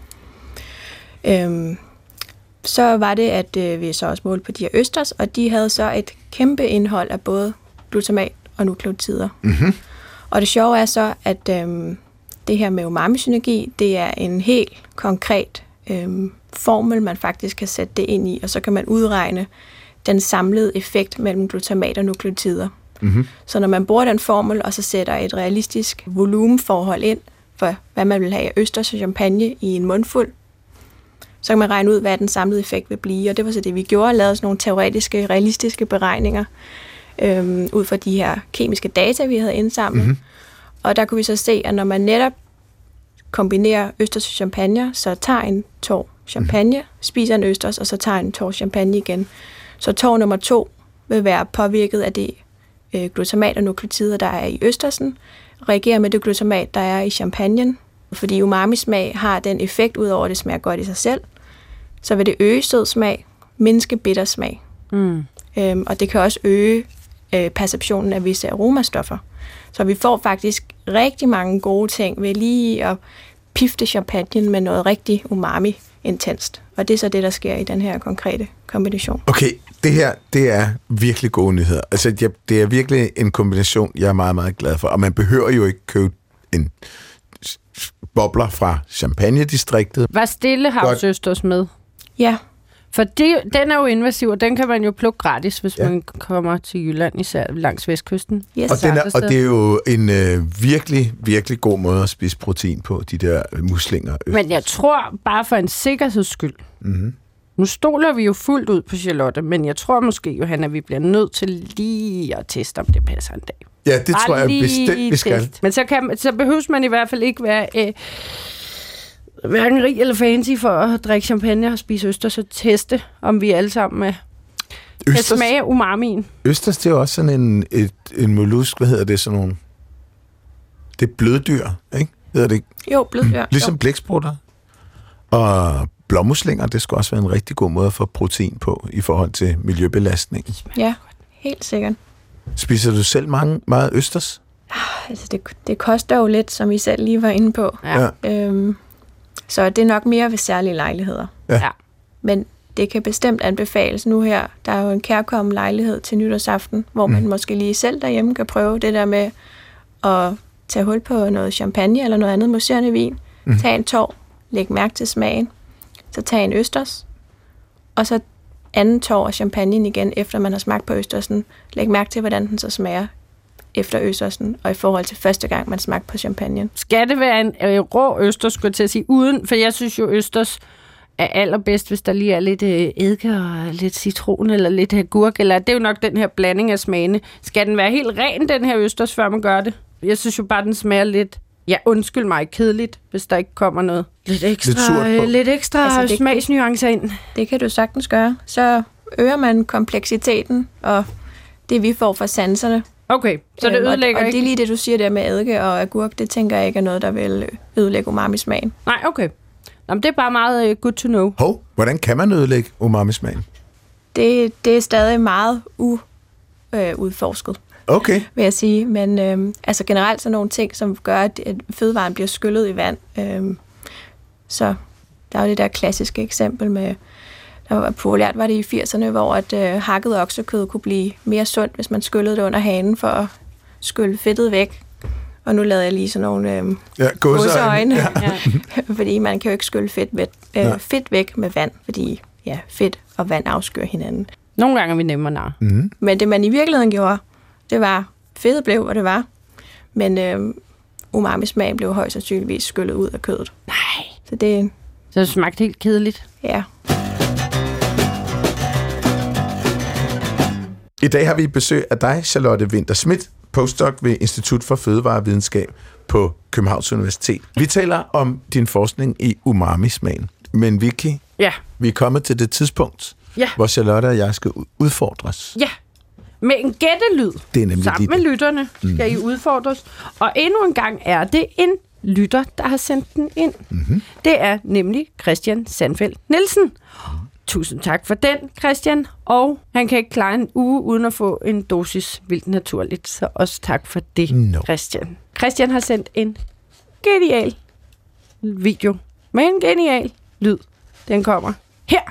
Øhm, så var det, at øh, vi så også målte på de her østers, og de havde så et kæmpe indhold af både glutamat og nukleotider. Mm-hmm. Og det sjove er så, at øh, det her med umami-synergi, det er en helt konkret øh, formel, man faktisk kan sætte det ind i, og så kan man udregne den samlede effekt mellem glutamat og nukleotider. Mm-hmm. Så når man bruger den formel, og så sætter et realistisk volumenforhold ind for, hvad man vil have af østers og champagne i en mundfuld, så kan man regne ud, hvad den samlede effekt vil blive. Og det var så det, vi gjorde, lavede sådan nogle teoretiske, realistiske beregninger øhm, ud fra de her kemiske data, vi havde indsamlet. Mm-hmm. Og der kunne vi så se, at når man netop kombinerer østers og champagne, så tager en tår champagne, mm-hmm. spiser en østers, og så tager en tår champagne igen. Så tår nummer to vil være påvirket af det øh, glutamat og nukleotider, der er i østersen, reagerer med det glutamat, der er i champagnen. Fordi umami-smag har den effekt, ud over at det smager godt i sig selv, så vil det øge sødsmag, mindske bittersmag. Mm. Øhm, og det kan også øge øh, perceptionen af visse aromastoffer. Så vi får faktisk rigtig mange gode ting ved lige at pifte champagnen med noget rigtig umami-intenst. Og det er så det, der sker i den her konkrete kombination. Okay, det her, det er virkelig gode nyheder. Altså, det er virkelig en kombination, jeg er meget, meget glad for. Og man behøver jo ikke købe en bobler fra Champagne-distriktet. Var Stillehavsøsters med? Ja. For det, den er jo invasiv, og den kan man jo plukke gratis, hvis ja. man kommer til Jylland, især langs vestkysten. Yes. Og, den er, og det er jo en øh, virkelig, virkelig god måde at spise protein på, de der muslinger. Østers. Men jeg tror, bare for en sikkerheds skyld, mm-hmm. nu stoler vi jo fuldt ud på Charlotte, men jeg tror måske, Johanna, at vi bliver nødt til lige at teste, om det passer en dag. Ja, det bare tror jeg bestemt, vi skal. Test. Men så, kan, så behøves man i hvert fald ikke være øh, hverken rig eller fancy for at drikke champagne og spise østers og teste, om vi alle sammen er, kan smage umamien. Østers, det er jo også sådan en, et, en mollusk, hvad hedder det, sådan nogle... Det er bløddyr, ikke? Hedder det ikke? Jo, bløddyr. Ligesom blæksprutter. Og blåmuslinger, det skal også være en rigtig god måde at få protein på i forhold til miljøbelastning. Ja, helt sikkert. Spiser du selv mange, meget østers? Altså, det, det koster jo lidt, som I selv lige var inde på. Ja. Øhm, så det er nok mere ved særlige lejligheder. Ja. Men det kan bestemt anbefales nu her. Der er jo en kærkommen lejlighed til nytårsaften, hvor mm. man måske lige selv derhjemme kan prøve det der med at tage hul på noget champagne eller noget andet mousserende vin. Mm. Tag en tår, læg mærke til smagen. Så tag en østers, og så anden tår af champagnen igen, efter man har smagt på østersen. Læg mærke til, hvordan den så smager efter østersen, og i forhold til første gang, man smagte på champagnen. Skal det være en øh, rå østers, skulle jeg til at sige, uden? For jeg synes jo, østers er allerbedst, hvis der lige er lidt øh, eddike og lidt citron eller lidt agurk, eller det er jo nok den her blanding af smagene. Skal den være helt ren, den her østers, før man gør det? Jeg synes jo bare, den smager lidt, ja, undskyld mig, kedeligt, hvis der ikke kommer noget lidt ekstra, lidt, øh, lidt ekstra altså, smagsnuancer ind. Det kan du sagtens gøre. Så øger man kompleksiteten og det, vi får fra sanserne. Okay, så det ødelægger øhm, og, og ikke? det er lige det, du siger der med eddike og agurk, det tænker jeg ikke er noget, der vil ødelægge umami-smagen. Nej, okay. Nå, det er bare meget uh, good to know. Hov, hvordan kan man ødelægge umami-smagen? Det, det er stadig meget uudforsket. Øh, Okay. Vil jeg sige. Men øhm, altså generelt så nogle ting, som gør, at fødevaren bliver skyllet i vand. Øhm, så der er jo det der klassiske eksempel med, der var populært var det i firserne, hvor at øh, hakket oksekød kunne blive mere sundt, hvis man skyllede det under hanen for at skylle fedtet væk. Og nu lavede jeg lige sådan nogle øh, ja, gåseøjne. Ja. Fordi man kan jo ikke skylle fedt, væk, øh, fedt væk med vand, fordi ja, fedt og vand afskyer hinanden. Nogle gange er vi nemmere nar. Mm. Men det man i virkeligheden gjorde, det var, fedtet blev, hvad det var. Men øh, umami-smagen blev højst sandsynligvis skyllet ud af kødet. Nej. Så det... Så det smagte helt kedeligt? Ja. I dag har vi besøg af dig, Charlotte Winther Schmidt, postdoc ved Institut for Fødevarevidenskab på Københavns Universitet. Vi taler om din forskning i umami-smagen. Men Vicky, ja. vi er kommet til det tidspunkt, ja. hvor Charlotte og jeg skal udfordres. Ja, med en gættelyd. Det er nemlig sammen med lytterne skal mm-hmm. I udfordres. Og endnu en gang er det en lytter, der har sendt den ind. Mm-hmm. Det er nemlig Christian Sandfeldt Nielsen. Mm. Tusind tak for den, Christian. Og han kan ikke klare en uge uden at få en dosis vildt naturligt. Så også tak for det, no. Christian. Christian har sendt en genial video med en genial lyd. Den kommer her.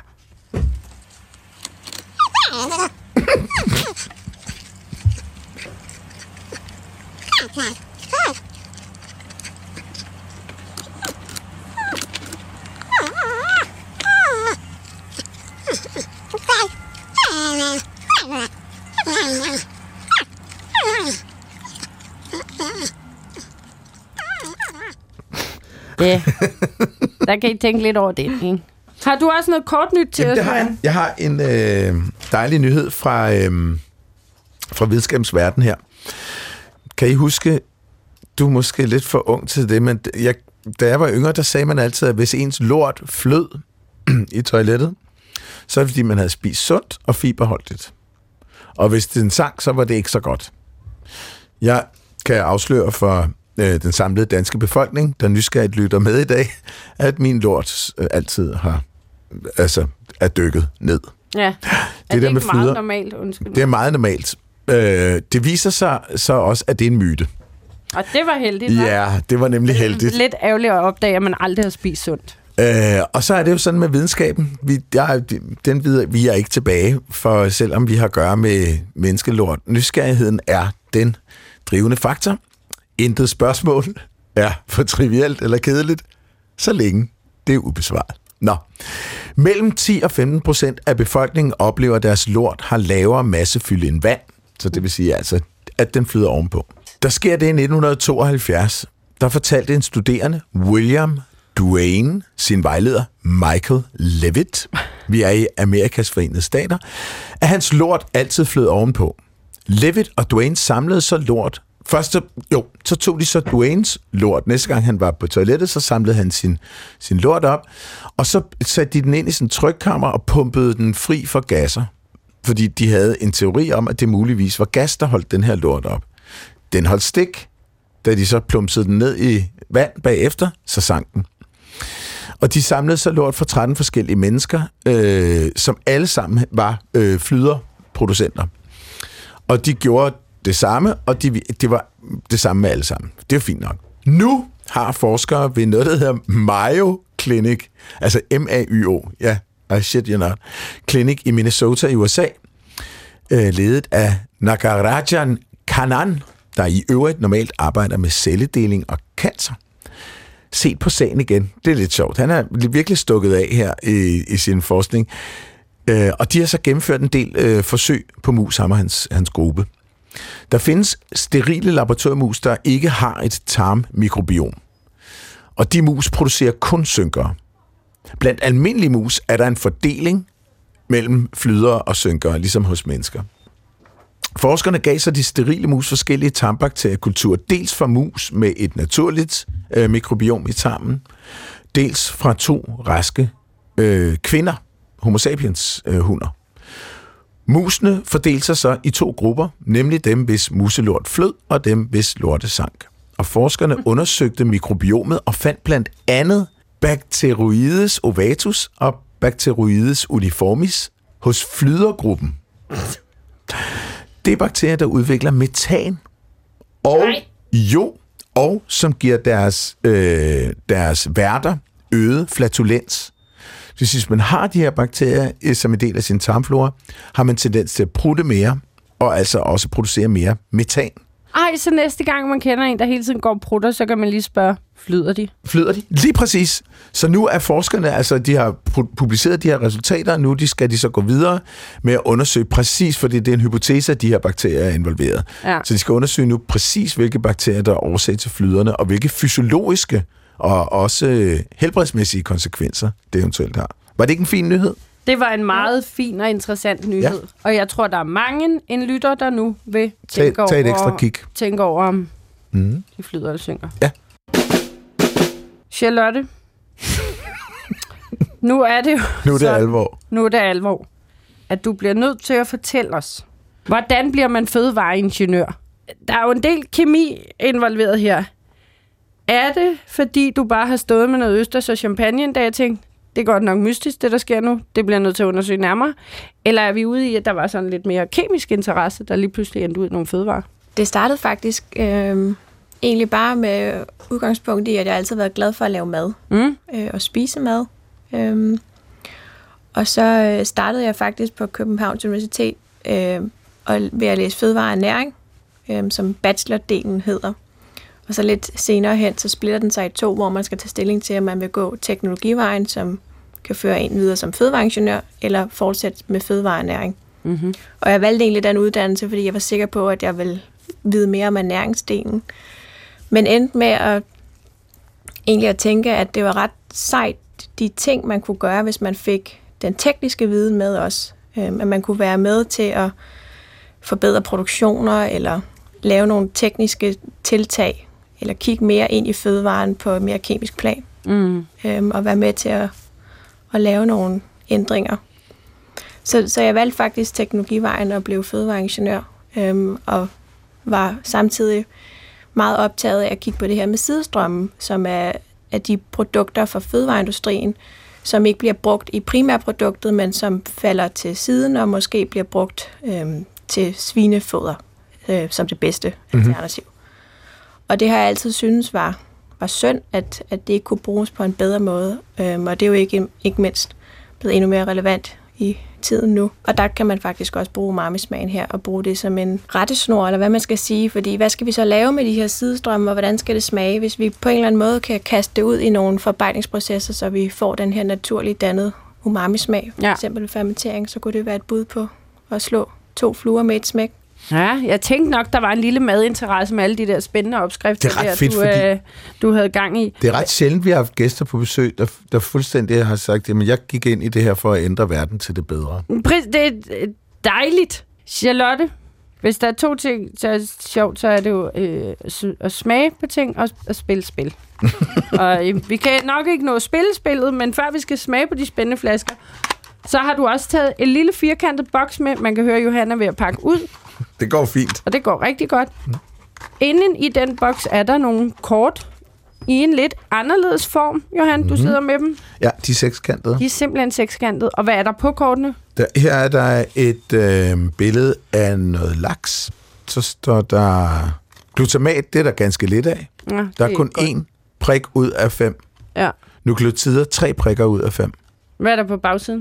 Ja, der kan I tænke lidt over det, ikke? Har du også noget kort nyt til Jamen, os? Har jeg. jeg har en øh, dejlig nyhed fra, øh, fra videnskabens verden her. Kan I huske, du er måske lidt for ung til det, men jeg, da jeg var yngre, der sagde man altid, at hvis ens lort flød i toilettet, så er det fordi, man havde spist sundt og fiberholdigt. Og hvis den sang, så var det ikke så godt. Jeg kan afsløre for øh, den samlede danske befolkning, der nysgerrigt lytter med i dag, at min lort øh, altid har altså er dykket ned. Ja, det, er det der med meget normalt? Undskyld. Det er meget normalt. Øh, det viser sig så også, at det er en myte. Og det var heldigt, hva'? Ja, det var nemlig heldigt. Lidt ærgerligt at opdage, at man aldrig har spist sundt. Øh, og så er det jo sådan med videnskaben. Vi, der, den videre, vi er ikke tilbage, for selvom vi har at gøre med menneskelort. Nysgerrigheden er den drivende faktor. Intet spørgsmål er for trivielt eller kedeligt, så længe det er ubesvaret. Nå. Mellem ti og femten procent af befolkningen oplever, at deres lort har lavere massefylde end vand. Så det vil sige altså, at den flyder ovenpå. Der sker det i nitten tooghalvfjerds. Der fortalte en studerende, William Duane, sin vejleder Michael Levitt, vi er i Amerikas Forenede Stater, at hans lort altid flød ovenpå. Levitt og Duane samlede så lort. Først så, jo, så tog de så Duanes lort. Næste gang han var på toilettet, så samlede han sin, sin lort op, og så satte de den ind i sådan en trykkammer og pumpede den fri for gasser. Fordi de havde en teori om, at det muligvis var gas, der holdt den her lort op. Den holdt stik. Da de så plumpsede den ned i vand bagefter, så sank den. Og de samlede så lort fra tretten forskellige mennesker, øh, som alle sammen var øh, flyderproducenter. Og de gjorde det samme, og de, det var det samme med alle sammen. Det er fint nok. Nu har forskere ved noget, der hedder Mayo Clinic, altså M A Y O, ja, I shit you not, Clinic i Minnesota i U S A, øh, ledet af Nagarajan Kannan, der i øvrigt normalt arbejder med celledeling og cancer. Set på sagen igen. Det er lidt sjovt. Han er virkelig stukket af her i, i sin forskning. Øh, og de har så gennemført en del øh, forsøg på mus, ham og hans, hans gruppe. Der findes sterile laboratoriemus, der ikke har et tarmmikrobiom. Og de mus producerer kun synkere. Blandt almindelige mus er der en fordeling mellem flydere og synkere, ligesom hos mennesker. Forskerne gav så de sterile mus forskellige tarmbakteriekulturer, dels fra mus med et naturligt øh, mikrobiom i tarmen, dels fra to raske øh, kvinder, homo sapiens øh, hunder. Musene fordelte sig så i to grupper, nemlig dem, hvis muselort flød, og dem, hvis lorte sank. Og forskerne undersøgte mikrobiomet og fandt blandt andet Bacteroides ovatus og Bacteroides uniformis hos flydergruppen. Det er bakterier, der udvikler metan, og Nej. jo, og som giver deres, øh, deres værter øget flatulens. Det vil, hvis man har de her bakterier som en del af sin tarmflora, har man tendens til at prutte mere, og altså også producere mere metan. Ej, så næste gang man kender en, der hele tiden går og prutter, så kan man lige spørge, flyder de? Flyder de? Lige præcis. Så nu er forskerne, altså de har publiceret de her resultater, nu de skal de så gå videre med at undersøge præcis, fordi det er en hypotese, at de her bakterier er involveret. Ja. Så de skal undersøge nu præcis, hvilke bakterier, der er årsag til flyderne, og hvilke fysiologiske og også helbredsmæssige konsekvenser det eventuelt har. Var det ikke en fin nyhed? Det var en meget ja. fin og interessant nyhed. Ja. Og jeg tror, der er mange en lytter, der nu vil tænke tag, tag et ekstra over, kig. tænke over, om mm. de flyder eller synger. Ja. Charlotte, nu er det jo nu er det så, alvor. Nu er det alvor, at du bliver nødt til at fortælle os, hvordan bliver man fødevareingeniør? Der er jo en del kemi involveret her. Er det, fordi du bare har stået med noget østers og champagne, da jeg tænkte, det er godt nok mystisk, det der sker nu. Det bliver jeg nødt til at undersøge nærmere. Eller er vi ude i, at der var sådan lidt mere kemisk interesse, der lige pludselig endte ud i nogle fødevarer? Det startede faktisk øh, egentlig bare med udgangspunkt i, at jeg altid har været glad for at lave mad. Mm. Øh, og spise mad. Øh, og så startede jeg faktisk på Københavns Universitet øh, og ved at læse fødevare og næring, øh, som bachelordelen hedder. Og så lidt senere hen, så splitter den sig i to, hvor man skal tage stilling til, at man vil gå teknologivejen, som kan føre en videre som fødevareingeniør, eller fortsætte med fødevarenæring. Mm-hmm. Og jeg valgte egentlig den uddannelse, fordi jeg var sikker på, at jeg ville vide mere om ernæringsdelen. Men endte med at, egentlig at tænke, at det var ret sejt, de ting, man kunne gøre, hvis man fik den tekniske viden med os. At man kunne være med til at forbedre produktioner, eller lave nogle tekniske tiltag, eller kigge mere ind i fødevaren på et mere kemisk plan, mm. øhm, og være med til at, at lave nogle ændringer. Så, så jeg valgte faktisk teknologivejen og blev fødevareingeniør, øhm, og var samtidig meget optaget af at kigge på det her med sidestrømmen, som er, er de produkter fra fødevareindustrien, som ikke bliver brugt i primærproduktet, men som falder til siden og måske bliver brugt øhm, til svinefoder øh, som det bedste mm-hmm. alternativ. Og det har jeg altid syntes var, var synd, at, at det ikke kunne bruges på en bedre måde. Øhm, og det er jo ikke, ikke mindst blevet endnu mere relevant i tiden nu. Og der kan man faktisk også bruge umami-smagen her, og bruge det som en rettesnor, eller hvad man skal sige. Fordi hvad skal vi så lave med de her sidestrømme, og hvordan skal det smage, hvis vi på en eller anden måde kan kaste det ud i nogle forarbejdningsprocesser, så vi får den her naturligt dannede umami-smag. Ja. For eksempel fermentering, så kunne det være et bud på at slå to fluer med et smæk. Ja, jeg tænkte nok, der var en lille madinteresse med alle de der spændende opskrifter, det er ret der, fedt, du, fordi øh, du havde gang i. Det er ret sjældent, vi har haft gæster på besøg, der, der fuldstændig har sagt, at jeg gik ind i det her for at ændre verden til det bedre. Det er dejligt. Charlotte, hvis der er to ting, så er sjovt, så er det jo øh, at smage på ting og at spille spil. og øh, vi kan nok ikke nå at spille spillet, men før vi skal smage på de spændende flasker, så har du også taget en lille firkantet boks med. Man kan høre, Johanna ved at pakke ud. Det går fint. Og det går rigtig godt. Mm. Inden i den boks er der nogle kort i en lidt anderledes form, Johan. Mm-hmm. Du sidder med dem. Ja, de er sekskantede. De er simpelthen sekskantede. Og hvad er der på kortene? Der, her er der et øh, billede af noget laks. Så står der glutamat, det er der ganske lidt af. Ja, der er, er kun én prik ud af fem. Ja. Nukleotider, tre prikker ud af fem. Hvad er der på bagsiden?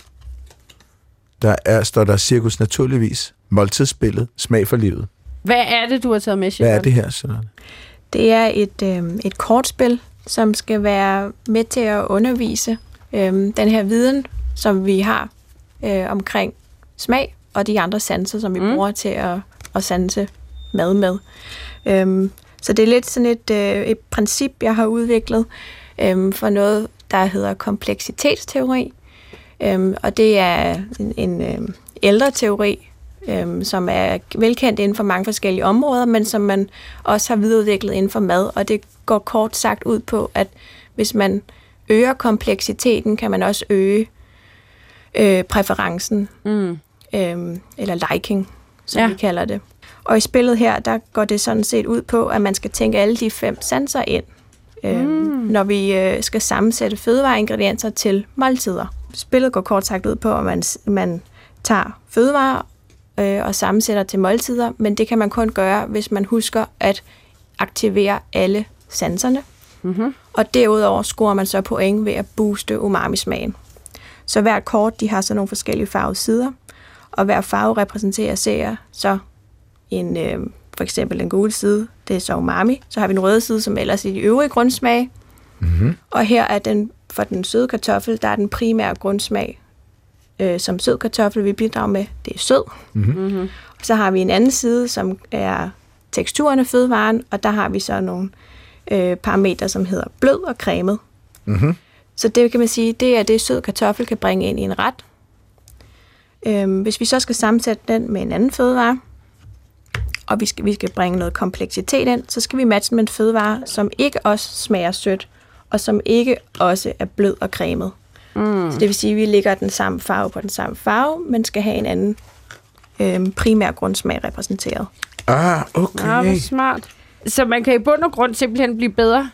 Der er, står der cirkus naturligvis. Måltidsspillet, smag for livet. Hvad er det, du har taget med, Charlotte? Hvad er det her, Charlotte? Det er et, øh, et kortspil, som skal være med til at undervise øh, den her viden, som vi har øh, omkring smag og de andre sanser, som vi mm. bruger til at, at sanse mad med. Øh, så det er lidt sådan et, øh, et princip, jeg har udviklet øh, for noget, der hedder kompleksitetsteori. Øh, og det er en, en øh, ældre teori, Øhm, som er velkendt inden for mange forskellige områder, men som man også har videreudviklet inden for mad. Og det går kort sagt ud på, at hvis man øger kompleksiteten, kan man også øge øh, præferencen, mm. øhm, eller liking, som ja. vi kalder det. Og i spillet her, der går det sådan set ud på, at man skal tænke alle de fem sanser ind, øhm, mm. når vi øh, skal sammensætte fødevareingredienser til måltider. Spillet går kort sagt ud på, at man, man tager fødevarer og sammensætter til måltider, men det kan man kun gøre, hvis man husker at aktivere alle sanserne. Mm-hmm. Og derudover scorer man så point ved at booste umami-smagen. Så hver kort, de har så nogle forskellige farvede sider, og hver farve repræsenterer serier, så en, øh, for eksempel en gule side, det er så umami, så har vi en røde side, som ellers er de øvrige grundsmage, mm-hmm. og her er den, for den søde kartoffel, der er den primære grundsmag, Øh, som sød kartoffel vi bidrager med, det er sød. Mm-hmm. Og så har vi en anden side, som er teksturen af fødevaren, og der har vi så nogle øh, parametre, som hedder blød og cremet. Mm-hmm. Så det kan man sige, det er det, sød kartoffel kan bringe ind i en ret, Øhm, hvis vi så skal sammensætte den med en anden fødevare, og vi skal, vi skal bringe noget kompleksitet ind, så skal vi matche den med en fødevare, som ikke også smager sødt, og som ikke også er blød og cremet. Mm. Så det vil sige, at vi lægger den samme farve på den samme farve, men skal have en anden øhm, primær grundsmag repræsenteret. Ah, okay. Ja, hvor smart. Så man kan i bund og grund simpelthen blive bedre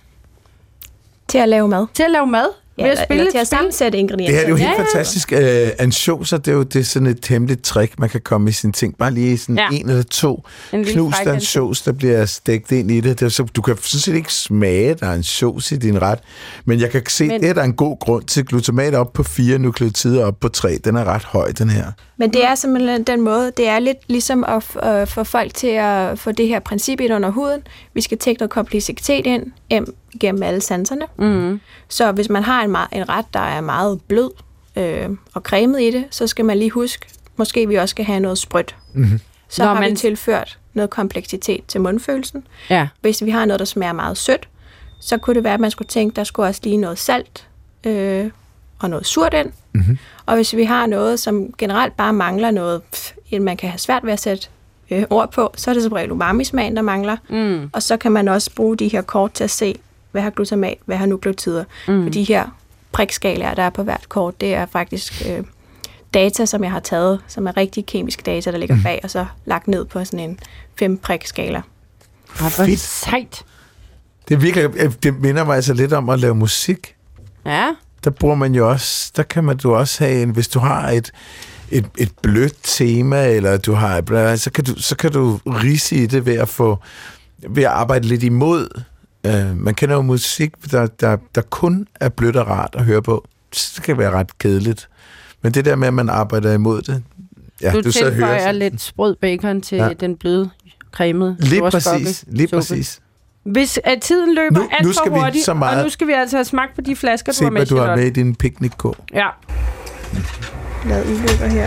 Til at lave mad. til at lave mad? Ja, ved at eller, spille eller et til at spil? sammensætte ingredienser. Det her er jo helt Ja, ja. fantastisk. Uh, ansjoser, det er jo det er sådan et hemmeligt trick, man kan komme i sine ting. Bare lige sådan Ja. en eller to En lille knust fræk ansjos, der bliver stegt ind i det. det er, så, du kan sådan set ikke smage, der er ansjos i din ret. Men jeg kan se, Men- det er der er en god grund til. Glutamat op på fire, nukleotider op på tre. Den er ret høj, den her. Men det er simpelthen den måde, det er lidt ligesom at f- øh, få folk til at få det her princip ind under huden. Vi skal tække noget kompleksitet ind em- gennem alle sanserne. Mm. Så hvis man har en, meget, en ret, der er meget blød øh, og cremet i det, så skal man lige huske, måske vi også skal have noget sprødt. Mm-hmm. Så Når har man... man- vi tilført noget kompleksitet til mundfølelsen. Ja. Hvis vi har noget, der smager meget sødt, så kunne det være, at man skulle tænke, der skulle også lige noget salt øh, og noget surt ind. Mm-hmm. Og hvis vi har noget, som generelt bare mangler noget, pff, man kan have svært ved at sætte øh, ord på, så er det som regel umami-smagen, der mangler. Mm. Og så kan man også bruge de her kort til at se, hvad har glutamat, hvad har nukleotider. Mm. For de her prikskalaer, der er på hvert kort, det er faktisk øh, data, som jeg har taget, som er rigtig kemiske data, der ligger bag, og så lagt ned på sådan en fem prikskala. Ej, hvor Fedt. sejt. Det, er virkelig, det minder mig altså lidt om at lave musik. Ja. Der bruger man jo også, der kan man du også have en, hvis du har et, et, et blødt tema, eller du har, bla, så kan du, så kan du ridse i det ved at få, ved at arbejde lidt imod. Uh, man kender jo musik, der, der, der kun er blødt og rart at høre på. Det kan være ret kedeligt. Men det der med, at man arbejder imod det, ja, Du, du så hører tilføjer sådan- lidt sprød bacon til Ja. ja. den bløde, cremede Lige jordskokke præcis, lige suppe. præcis. Hvis at tiden løber Nu- alt nu skal for vi hurtigt, så meget- og nu skal vi altså have smagt på de flasker, Se, du har med, hvad du har Charlotte. med i din picnic-kog. Ja. Lavet ulykker her.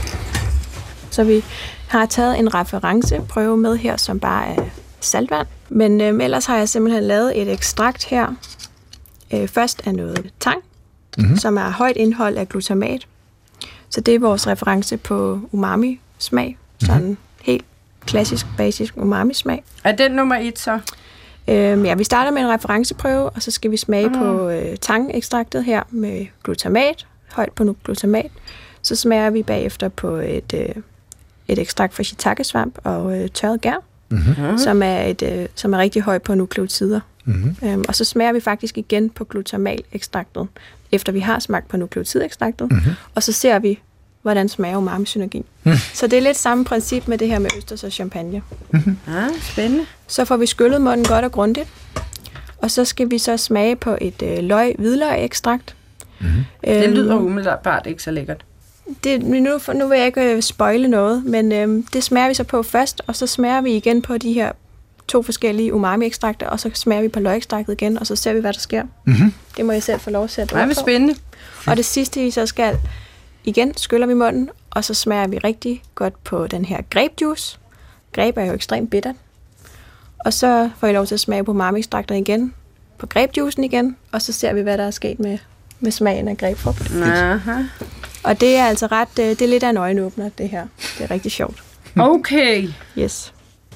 Så vi har taget en referenceprøve med her, som bare er saltvand. Men øhm, ellers har jeg simpelthen lavet et ekstrakt her. Øh, først er noget tang, mm-hmm. som er højt indhold af glutamat. Så det er vores reference på umami-smag. Sådan mm-hmm. helt klassisk, basisk umami-smag. Er den nummer et så? Øhm, ja, vi starter med en referenceprøve, og så skal vi smage mm. på øh, tangekstraktet her med glutamat, højt på nu glutamat. Så smager vi bagefter på et, øh, et ekstrakt fra shiitake-svamp og øh, tørret gær, mm-hmm. som, er et, øh, som er rigtig højt på nukleotider. Mm-hmm. Øhm, og så smager vi faktisk igen på glutamat-ekstraktet, efter vi har smagt på nukleotidekstraktet, mm-hmm. og så ser vi, hvordan smager umami-synergi. Mm. Så det er lidt samme princip med det her med østers og champagne. Mm-hmm. Ah, spændende. Så får vi skyllet munden godt og grundigt, og så skal vi så smage på et øh, løg, hvidløg-ekstrakt. Mm-hmm. Øhm, Det lyder umiddelbart ikke så lækkert. Det, nu, nu vil jeg ikke øh, spoile noget, men øh, det smager vi så på først, og så smager vi igen på de her to forskellige umami-ekstrakter, og så smager vi på løgekstraktet igen, og så ser vi, hvad der sker. Mm-hmm. Det må jeg selv få lov at sætte Nej, ord hvor på. spændende. Og det sidste, vi så skal, igen skyller vi munden, og så smager vi rigtig godt på den her grapejuice. Grape er jo ekstremt bittert. Og så får I lov til at smage på umami-ekstraktet igen, på grapejuicen igen, og så ser vi, hvad der er sket med, med smagen af grapefrugt. Aha. Og det er altså ret, det er lidt af en øjenåbner, det her. Det er rigtig sjovt. Okay. Yes.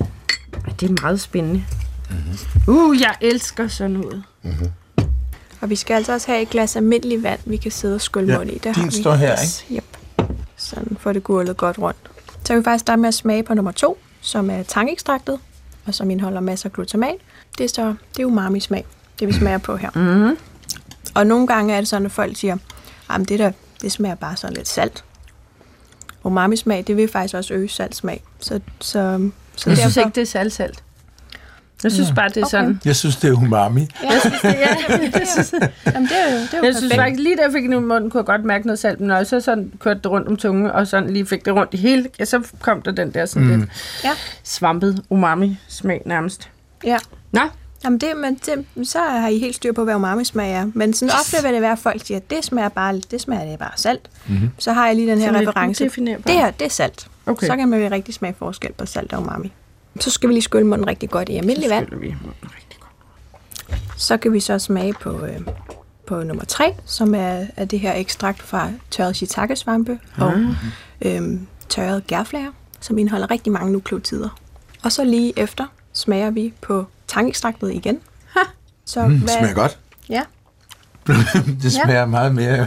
Det er meget spændende. Mm-hmm. Uh, jeg elsker sådan noget. Mm-hmm. Og vi skal altså også have et glas almindelig vand, vi kan sidde og skylle Ja, mund i. Det din har vi. står her, yes. Yep. Sådan får det gurlet godt rundt. Så kan vi faktisk starte med at smage på nummer to, som er tangekstraktet, og som indeholder masser af glutamat. Det er så det er umami-smag, det vi smager på her. Mm-hmm. Og nogle gange er det sådan, at folk siger, at det der, det smager bare sådan lidt salt. Umami-smag, det vil faktisk også øge saltsmag. Så, så, så Jeg synes derfor, ikke, det er saltsalt. Jeg synes Ja. bare, det er Okay. sådan. Jeg synes, det er umami. ja, jeg synes, det, ja, jeg synes, jamen, det er jo, det er jo Jeg synes perfekt. faktisk, lige da jeg fik den i munden, kunne jeg godt mærke noget salt, men når jeg så sådan kørte det rundt om tungen, og sådan lige fik det rundt i hele, ja, så kom der den der sådan mm. lidt Ja. svampet umami-smag nærmest. Ja. Nå, Jamen det, men det, så har I helt styr på, hvad umami-smag er. Men sådan ofte vil det være, at folk siger, at det smager bare, det smager det bare salt. Mm-hmm. Så har jeg lige den her Sådan lidt reference. udefinerbart. Det her, det er salt. Okay. Så kan man jo rigtig smage forskel på salt og umami. Så skal vi lige skylle munden rigtig godt i almindelig vand. vi munden rigtig godt. Så kan vi så smage på, øh, på nummer tre, som er, er det her ekstrakt fra tørret shiitake-svampe og øhm, tørrede gærflager, som indeholder rigtig mange nukleotider. Og så lige efter smager vi på tangekstraktet igen. Ha. Så mm, hvad... smager godt. Ja. Det smager ja. meget mere.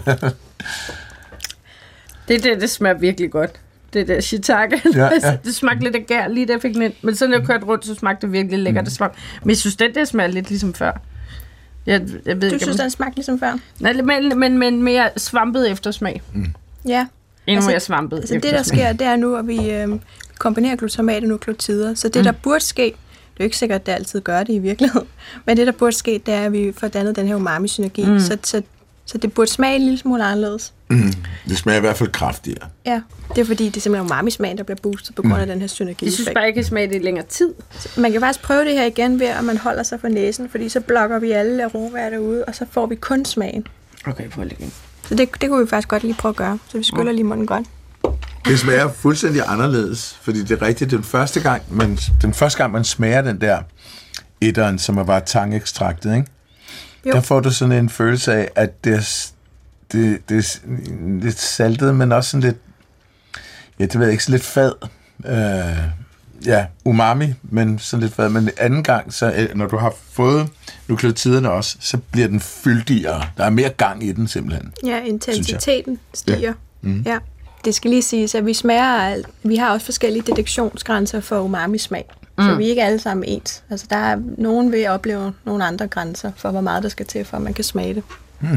det det, det smager virkelig godt. Det der shiitake. Ja, ja. Det smagte lidt af gær, lige da jeg fik den ind. Men så når jeg kørte rundt, så smagte det virkelig lækkert. Mm. Det smag. Men jeg synes, den der smager lidt ligesom før. Jeg, jeg ved du ikke, synes, den smagte ligesom før? Nej, men, men, men mere svampet eftersmag. Mm. Ja. Endnu altså, mere svampet altså det, der sker, det er nu, at vi øh, kombinerer glutamat og nukleotider. Så det, mm. der burde ske, det er jo ikke sikkert, at det altid gør det i virkeligheden, men det, der burde ske, det er, at vi får dannet den her umami-synergi. Mm. Så, så, så det burde smage en lille smule anderledes. Mm. Det smager i hvert fald kraftigere. Ja, det er fordi, det er simpelthen umami-smagen, der bliver boostet på grund af mm. den her synergi. Jeg synes bare, jeg kan smage det i længere tid. Man kan faktisk prøve det her igen ved, at man holder sig for næsen, fordi så blokker vi alle aromaer derude, og så får vi kun smagen. Okay, prøv lige igen. Så det, det kunne vi faktisk godt lige prøve at gøre. Så vi skyller lige munden godt. Det smager fuldstændig anderledes, fordi det er rigtigt, den første gang, man, den første gang, man smager den der etteren, som er bare tangekstraktet, ikke? Der får du sådan en følelse af, at det er, det, det er lidt saltet, men også sådan lidt, ja, det ved jeg ikke, så lidt fad. Øh, ja, umami, men sådan lidt fad. Men anden gang, så, når du har fået nukleotiderne også, så bliver den fyldigere. Der er mere gang i den simpelthen. Ja, intensiteten stiger. Ja. Mm. Ja. Det skal lige siges, at vi smager, vi har også forskellige detektionsgrænser for umami-smag. Mm. Så vi er ikke alle sammen ens. Altså, der er nogen vil opleve nogle andre grænser for, hvor meget der skal til, for at man kan smage det. Mm.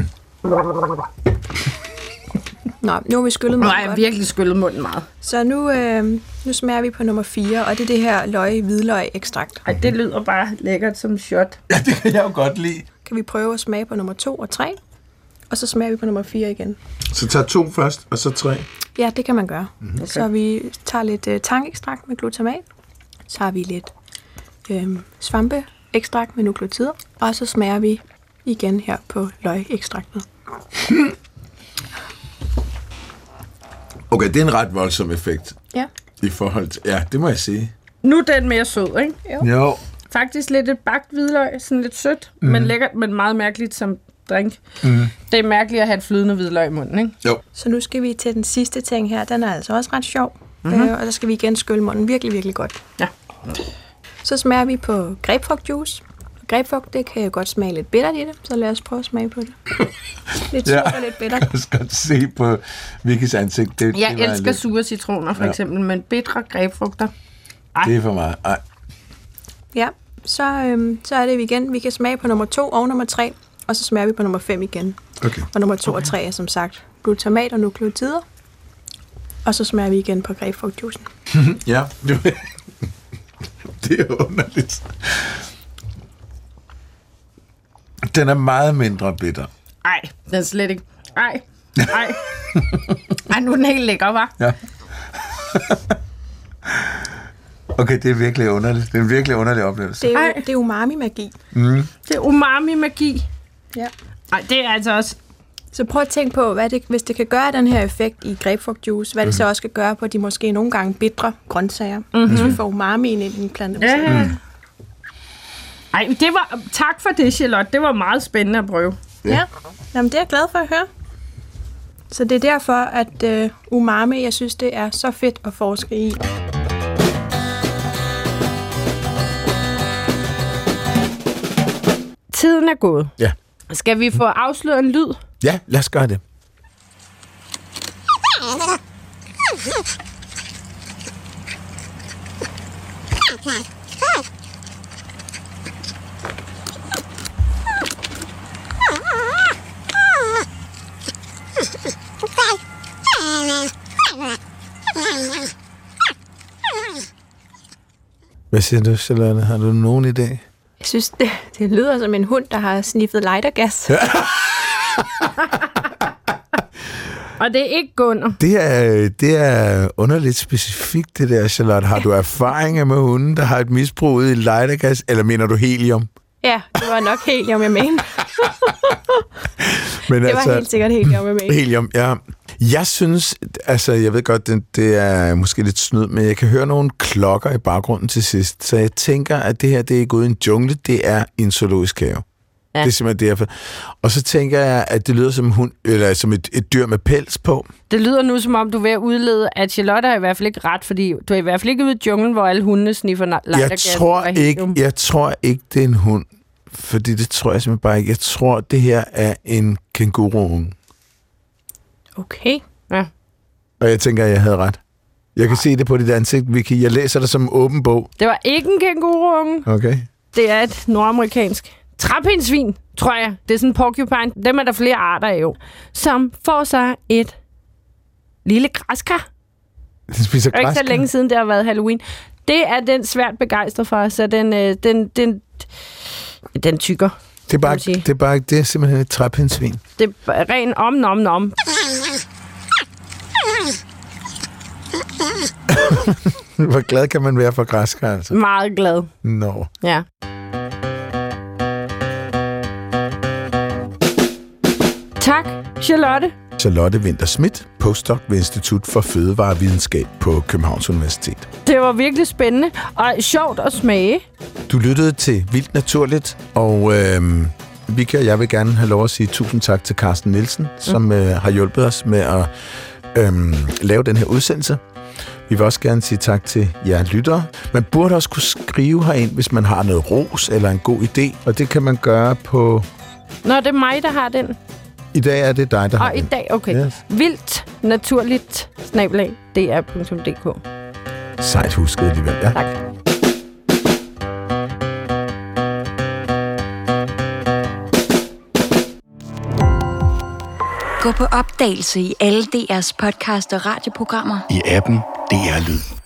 Nå, nu har vi skyllet munden. Nu har jeg virkelig skyllet munden meget. Så nu, øh, nu smager vi på nummer fire, og det er det her løg-hvidløg-ekstrakt. Ej, det lyder bare lækkert som shot. Ja, det kan jeg jo godt lide. Kan vi prøve at smage på nummer to og tre, og så smager vi på nummer fire igen. Så tager to først, og så tre? Ja, det kan man gøre. Okay. Så vi tager lidt øh, tangekstrakt med glutamat, så har vi lidt øh, svampeekstrakt med nukleotider, og så smager vi igen her på løgekstraktet. Okay, det er en ret voldsom effekt. Ja. I forhold til, ja, det må jeg sige. Nu er den mere sød, ikke? Jo. jo. Faktisk lidt et bagt hvidløg, sådan lidt sødt, mm. men lækkert, men meget mærkeligt som drink. Mm. Det er mærkeligt at have et flydende hvidløg i munden, ikke? Jo. Så nu skal vi til den sidste ting her. Den er altså også ret sjov. Mm-hmm. Øh, og der skal vi igen skylle munden virkelig, virkelig godt. Ja. Så smager vi på grapefrugtjuice. Grapefrugt, det kan jo godt smage lidt bittert i det, så lad os prøve at smage på det. Lidt sur og lidt bittert. Jeg kan godt se på Vickys ansigt. Det, jeg det elsker lidt sure citroner, for ja. eksempel, men bitre grapefrugter. Ej. Det er for meget. Ej. Ja, så, øhm, så er det igen. Vi kan smage på nummer to og nummer tre, og så smager vi på nummer fem igen. Okay. Og nummer to okay. og tre er som sagt glutamat og nukleotider. Og så smager vi igen på grapefrugtjuicen. Ja, det er underligt. Den er meget mindre bitter. Ej, den er slet ikke. Ej, ej. Ej, nu er den helt lækker, hva'? Ja. Okay, det er virkelig underligt. Det er en virkelig underlig oplevelse. Det er, det er umami-magi. Mm. Det er umami-magi. Ja. Ej, det er altså også... Så prøv at tænke på, hvad det, hvis det kan gøre den her effekt i grapefrugtjuice, hvad mm. det så også skal gøre på de måske nogle gange bitre grøntsager, mm-hmm. hvis vi får umamien ind i den plante. Ja. Mm. Ej, det var, tak for det, Charlotte. Det var meget spændende at prøve. Ja, ja. Jamen, det er jeg glad for at høre. Så det er derfor, at uh, umami, jeg synes, det er så fedt at forske i. Tiden er gået. Ja. Skal vi få afsløret en lyd? Ja, lad os gøre det. Hvad siger du, Charlotte? Har du nogen idé? Jeg synes, det, det lyder som en hund, der har sniffet lightergas. Ja. Og det er ikke Gunnar. Det er, det er underligt specifikt, det der, Charlotte. Har du erfaringer med hunden, der har et misbrug i lightergas, eller mener du helium? Ja, det var nok helium, jeg mener. Men det altså, var helt sikkert helium, jeg mener. Helium, ja. Jeg synes, altså, jeg ved godt, det, det er måske lidt snyd, men jeg kan høre nogle klokker i baggrunden til sidst, så jeg tænker, at det her, det er ikke ude i en jungle, det er en zoologisk have. Ja. Det er simpelthen derfor. Og så tænker jeg, at det lyder som, hund, eller som et, et dyr med pels på. Det lyder nu, som om du er ved at udlede, at Charlotte har i hvert fald ikke ret, fordi du er i hvert fald ikke ude i junglen, hvor alle hundene sniffer lightergas. Jeg tror ikke, jeg tror ikke, det er en hund. Fordi det tror jeg simpelthen bare ikke. Jeg tror, det her er en kænguruunge. Okay. Ja. Og jeg tænker, at jeg havde ret. Jeg kan Nej. se det på dit ansigt, Vicky. Jeg læser det som en åben bog. Det var ikke en kænguruunge. Okay. Det er et nordamerikansk træpindsvin, tror jeg. Det er sådan en porcupine. Dem er der flere arter af jo. Som får sig et lille græskar. Den spiser græskar? Ikke så længe siden, det har været Halloween. Det er den svært begejstret for, så den, øh, den, den, den tykker. Det er, bare, det er bare det er simpelthen et træpindsvin. Det er ren om, nom, nom. Hvor glad kan man være for græskar, altså? Meget glad. Nå. No. Ja. Tak, Charlotte. Charlotte Winther Schmidt, postdoc ved Institut for Fødevarevidenskab på Københavns Universitet. Det var virkelig spændende og sjovt at smage. Du lyttede til Vildt Naturligt, og øhm, Vicky og jeg vil gerne have lov at sige tusind tak til Carsten Nielsen, mm. som øh, har hjulpet os med at øhm, lave den her udsendelse. Vi vil også gerne sige tak til jer lyttere. Man burde også kunne skrive herind, hvis man har noget ros eller en god idé, og det kan man gøre på... Nå, det er mig, der har den. I dag er det dig, der har og den. Og i dag, okay. Yes. Vildt naturligt snabel-a d r punktum d k. Sejt husket alligevel, ja. Tak. Gå på opdagelse i alle D R's podcast og radioprogrammer. I appen D R Lyd.